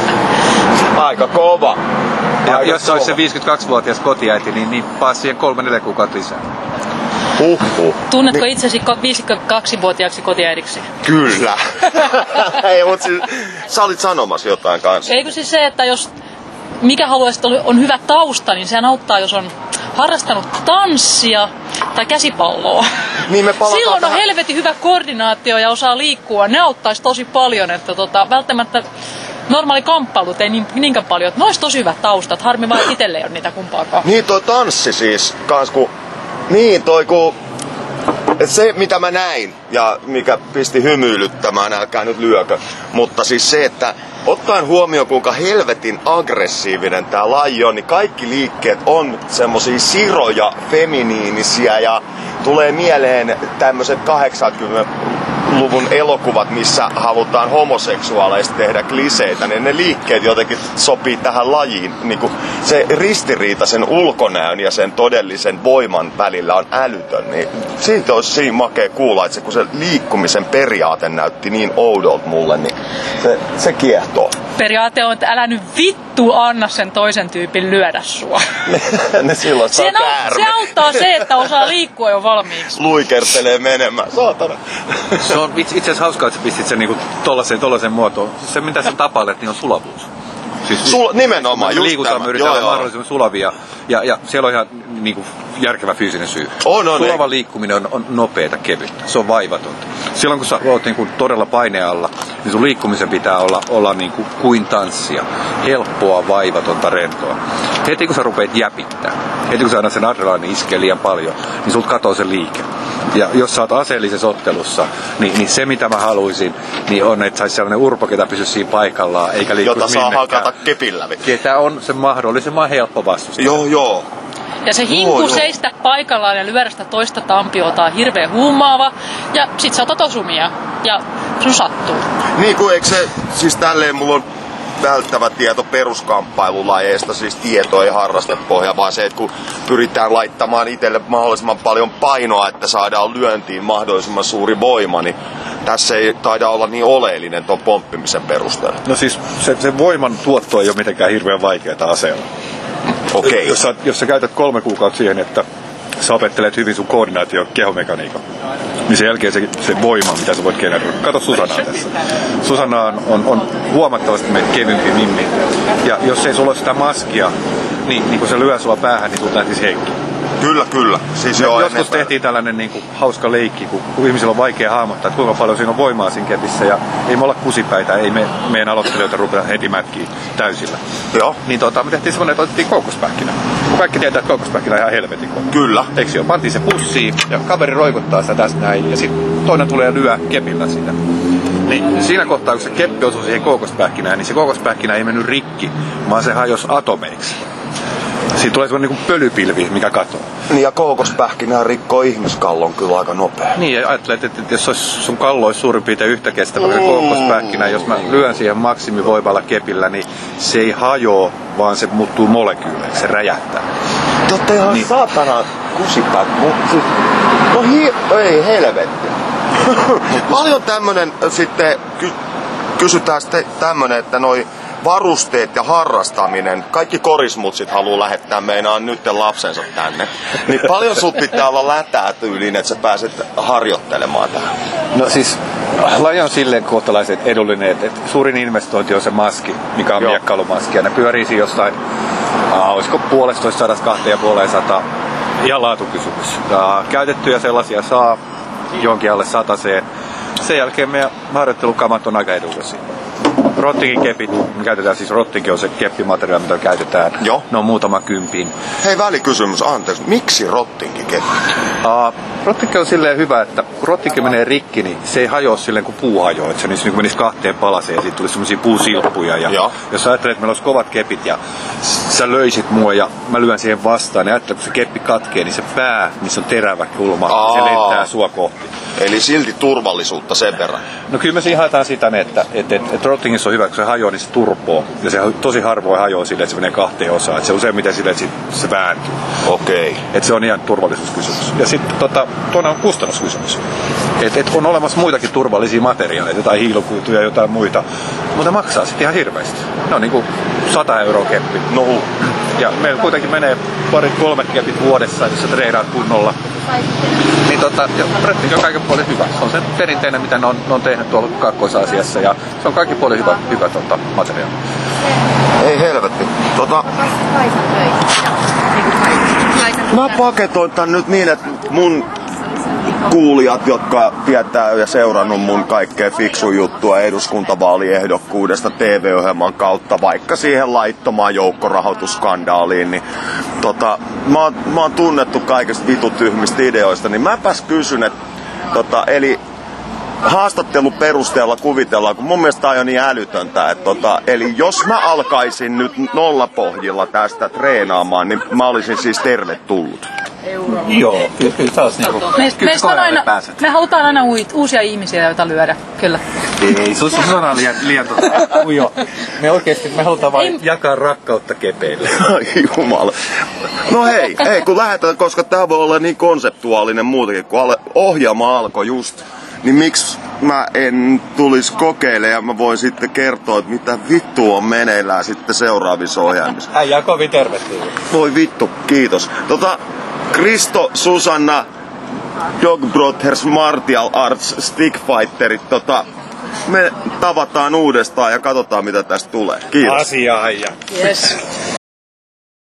Aika kova. Ja Aika jos kova. Olisi se viisikymmentäkaksivuotias kotiäiti, niin, niin paas siihen kolme neljä kuukautta lisää. Huhhuh. Tunnetko niin. itsesi viisikymmentäkaksivuotiaaksi kotiäidiksi? Kyllä. Ei, mutta siis, sä olit sanomassa jotain kanssa. Eikö siis se, että jos mikä haluaisit on hyvä tausta, niin sehän auttaa, jos on harrastanut tanssia tai käsipalloa. Niin me silloin tähän. On helvetin hyvä koordinaatio ja osaa liikkua. Ne auttaisi tosi paljon, että tota, välttämättä normaali kamppailut ei niin, niinkään paljon. Ne olisi tosi hyvät taustat. Harmi vaan, että itselle ei ole niitä kumpaakaan. Niin toi tanssi siis kans ku... Niin toi ku... Et se mitä mä näin ja mikä pisti hymyilyttämään, älkää nyt lyökö. Mutta siis se, että ottaen huomioon kuinka helvetin aggressiivinen tää laji on, niin kaikki liikkeet on semmosia siroja, feminiinisiä ja tulee mieleen tämmöiset kahdeksankymmentäluvun elokuvat, missä halutaan homoseksuaaleista tehdä kliseitä, niin ne liikkeet jotenkin sopii tähän lajiin. Niin kuin se ristiriita sen ulkonäön ja sen todellisen voiman välillä on älytön. Niin siitä olisi siinä makea kuulla, että se, kun se liikkumisen periaate näytti niin oudolta mulle, niin se, se kiehtoo. Periaate on, että älä nyt vittu anna sen toisen tyypin lyödä sua. ne silloin saa käärme. Se auttaa se, että osaa liikkua jo valmiiksi. Luikertelee menemään. Saatana. Se on itse asiassa hauskaa, että sä pistit sen niinku tollasen, tollasen muotoon. Se mitä sä tapailet, niin on sulavuus. Siis, Sul, nimenomaan, me just liikutaan, tämä. me yritetään Joo, olla mahdollisimman sulavia. Ja, ja siellä on ihan niinku, järkevä fyysinen syy. On, on, Sulava ei. liikkuminen on, on nopeata, kevyttä. Se on vaivatonta. Silloin kun sä oot niinku, todella paineen alla, niin sun liikkumisen pitää olla, olla niinku, kuin tanssia. Helppoa, vaivatonta, rentoa. Heti kun sä rupeat jäpittää, heti kun sä annat sen adrenaliini iskee liian paljon, niin sulta katoo se liike. Ja jos sä oot aseellisessa ottelussa, niin, niin se mitä mä haluaisin, niin on, että saisi sellainen urpo, ketä pysyisi siinä paikallaan, eikä liikkuisi Jota saa minnekään. hakata kepillä. Ketä on se mahdollisimman helppo vastustaa. Joo, joo. Ja se hinku Joo, joo. seistä paikallaan ja lyödä sitä toista tampiota on hirveän huumaava. Ja sit sä otat osumia. Ja sun sattuu. Niin kuin eikö se, siis tälleen mulla on välttävä tieto peruskamppailulajeista, siis tieto ei harrastepohja, vaan se, että kun pyritään laittamaan itselle mahdollisimman paljon painoa, että saadaan lyöntiin mahdollisimman suuri voima, niin tässä ei taida olla niin oleellinen tuon pomppimisen perusteella. No siis se, se voiman tuotto ei ole mitenkään hirveän vaikeaa aseella. Okei. Okay. Jos, sä- jos sä käytät kolme kuukautta siihen, että sä opettelet hyvin sun koordinaatio kehomekaniikan, niin sen jälkeen se, se voima, mitä sä voit generoida. Kato Susannaa tässä. Susanna on, on, on huomattavasti meitä kevyempi mimmi. Ja jos ei sulla ole sitä maskia, niin, niin kun se lyö sua päähän, niin sulta lähtisi heikki. Kyllä, kyllä. Siis joo, Joskus enempää. tehtiin tällainen niin kuin, hauska leikki, kun, kun ihmisillä on vaikea hahmottaa, että kuinka paljon siinä on voimaa siinä kepissä. Ja ei me olla kusipäitä, ei me, meidän aloittelijoita rupea heti mätkiä täysillä. Joo. Niin tota, me tehtiin semmoinen, että otettiin koukospähkinä. Kun kaikki tietää, että koukospähkinä on ihan helvetin kova. Kyllä. Eikö se ole? Pantiin se pussiin ja kaveri roikottaa sitä tästä näin. Ja sitten toinen tulee lyö kepillä sitä. Niin siinä kohtaa, kun se keppi osui siihen koukospähkinään, niin se koukospähkinä ei mennyt rikki, vaan se hajosi atomeiksi. Siitä tulee semmoinen niin kuin pölypilvi, mikä katoaa. Niin ja koukospähkinää rikkoo ihmiskallon kyllä aika nopea. Niin, ja ajattelet, että jos olisi sun kallo olisi suurin piirtein yhtä kestävä kuin koukospähkinä, jos mä lyön siihen maksimivoimalla kepillä, niin se ei hajoa, vaan se muuttuu molekyyleiksi, se räjähtää. Totta ihan niin. Saatana kusipäät. Siis, no hi- ei helvetti. Paljon tämmönen sitten, ky- kysytään sitten tämmönen, että noi varusteet ja harrastaminen, kaikki korismutsit haluaa lähettää meinaan nytten lapsensa tänne. Niin paljon sut pitää olla lätää tyyliin, että sä pääset harjoittelemaan tähän. No siis, laji on silleen kohtalaisen edullinen, että suurin investointi on se maski, mikä on Joo. miekkailumaski. Ja ne pyörii siinä jossain, äh, olisiko puolestoista sadasta kahteen ja puoleen sata. Ihan laatukysymys. Ja käytettyjä sellaisia saa jonkin alle sataseen. Sen jälkeen meidän harjoittelukamat on aika edullisia. Rottingin kepit, me käytetään siis Rottingin on se keppimateriaali, mitä käytetään. Joo. Ne on muutama kympin. Hei, välikysymys, anteeksi. Miksi Rottingin keppi? Uh, Rottingin on silleen hyvä, että kun Rottingin menee rikki, niin se ei hajoa silleen kuin puu hajoaa. Että se niin kuin menisi kahteen palaseen ja siitä tulisi semmosia puusilppuja. Ja Joo. jos ajattelet, että meillä olisi kovat kepit ja sä löisit mua ja mä lyön siihen vastaan, niin ajattelet, kun se keppi katkee, niin se pää, missä on terävä kulma, Aa. se lentää sua kohti. Eli silti turvallisuutta sen verran. No kyllä me siinä haetaan sitä, että, että, että, että Rottingissa on hyvä, kun se hajoaa, niin se turpoo. Ja se tosi harvoin hajoaa silleen, että se menee kahteen osaan. Että se useimmiten silleen, että se vääntyy. Okei. Okay. Että se on ihan turvallisuuskysymys. Ja sitten tota, toinen on kustannuskysymys. Että et on olemassa muitakin turvallisia materiaaleja, jotain hiilokuituja ja jotain muita. Mutta maksaa sitten ihan hirveästi. Ne on niinku sata euroa keppi. No. Ja meillä kuitenkin menee parit kolmet kepit vuodessa, jos sä treenaat kunnolla. Niin tota, Rotting on kaiken puolin hyvä. Se on se perinteinen, mitä ne on, ne on tehnyt tuolla Kaakkois-Aasiassa. Ja se on kaiken puolin hyvä, hyvä tota, materiaali. Ei helvetti. Tota... Mä paketoin tän nyt niin, että mun kuulijat, jotka tietää ja seurannut mun kaikkea fiksu juttua eduskuntavaaliehdokkuudesta T V-ohjelman kautta, vaikka siihen laittomaan joukkorahoitusskandaaliin, niin tota, mä, oon, mä oon tunnettu kaikista vitutyhmistä ideoista, niin mäpäs kysyn, että tota, eli haastattelun perusteella kuvitellaan, kun mun mielestä tää on jo niin älytöntä, että tota, eli jos mä alkaisin nyt nollapohjilla tästä treenaamaan, niin mä olisin siis tervetullut. Joo, kyllä, kyllä taas niinku... Meistä, meistä on aina, me halutaan aina uit, uusia ihmisiä, joita lyödä, kyllä. Ei, se on sana liian, liian ujo. Me oikeesti, me halutaan vain Ei. jakaa rakkautta kepeille. Ai jumala. No hei, hei, kun lähdetään, koska tää voi olla niin konseptuaalinen muutakin, kun ohjelma alkoi just, niin miksi mä en tulisi kokeilemaan ja mä voin sitten kertoa, että mitä vittu on meneillään sitten seuraavissa ohjelmissa. Äijä kovin tervetullut. Voi vittu, kiitos. Tota, Kristo, Susanna, Dog Brothers, Martial Arts, Stickfighterit, tota, me tavataan uudestaan ja katsotaan mitä tästä tulee. Kiitos. Asia, äijä. Yes.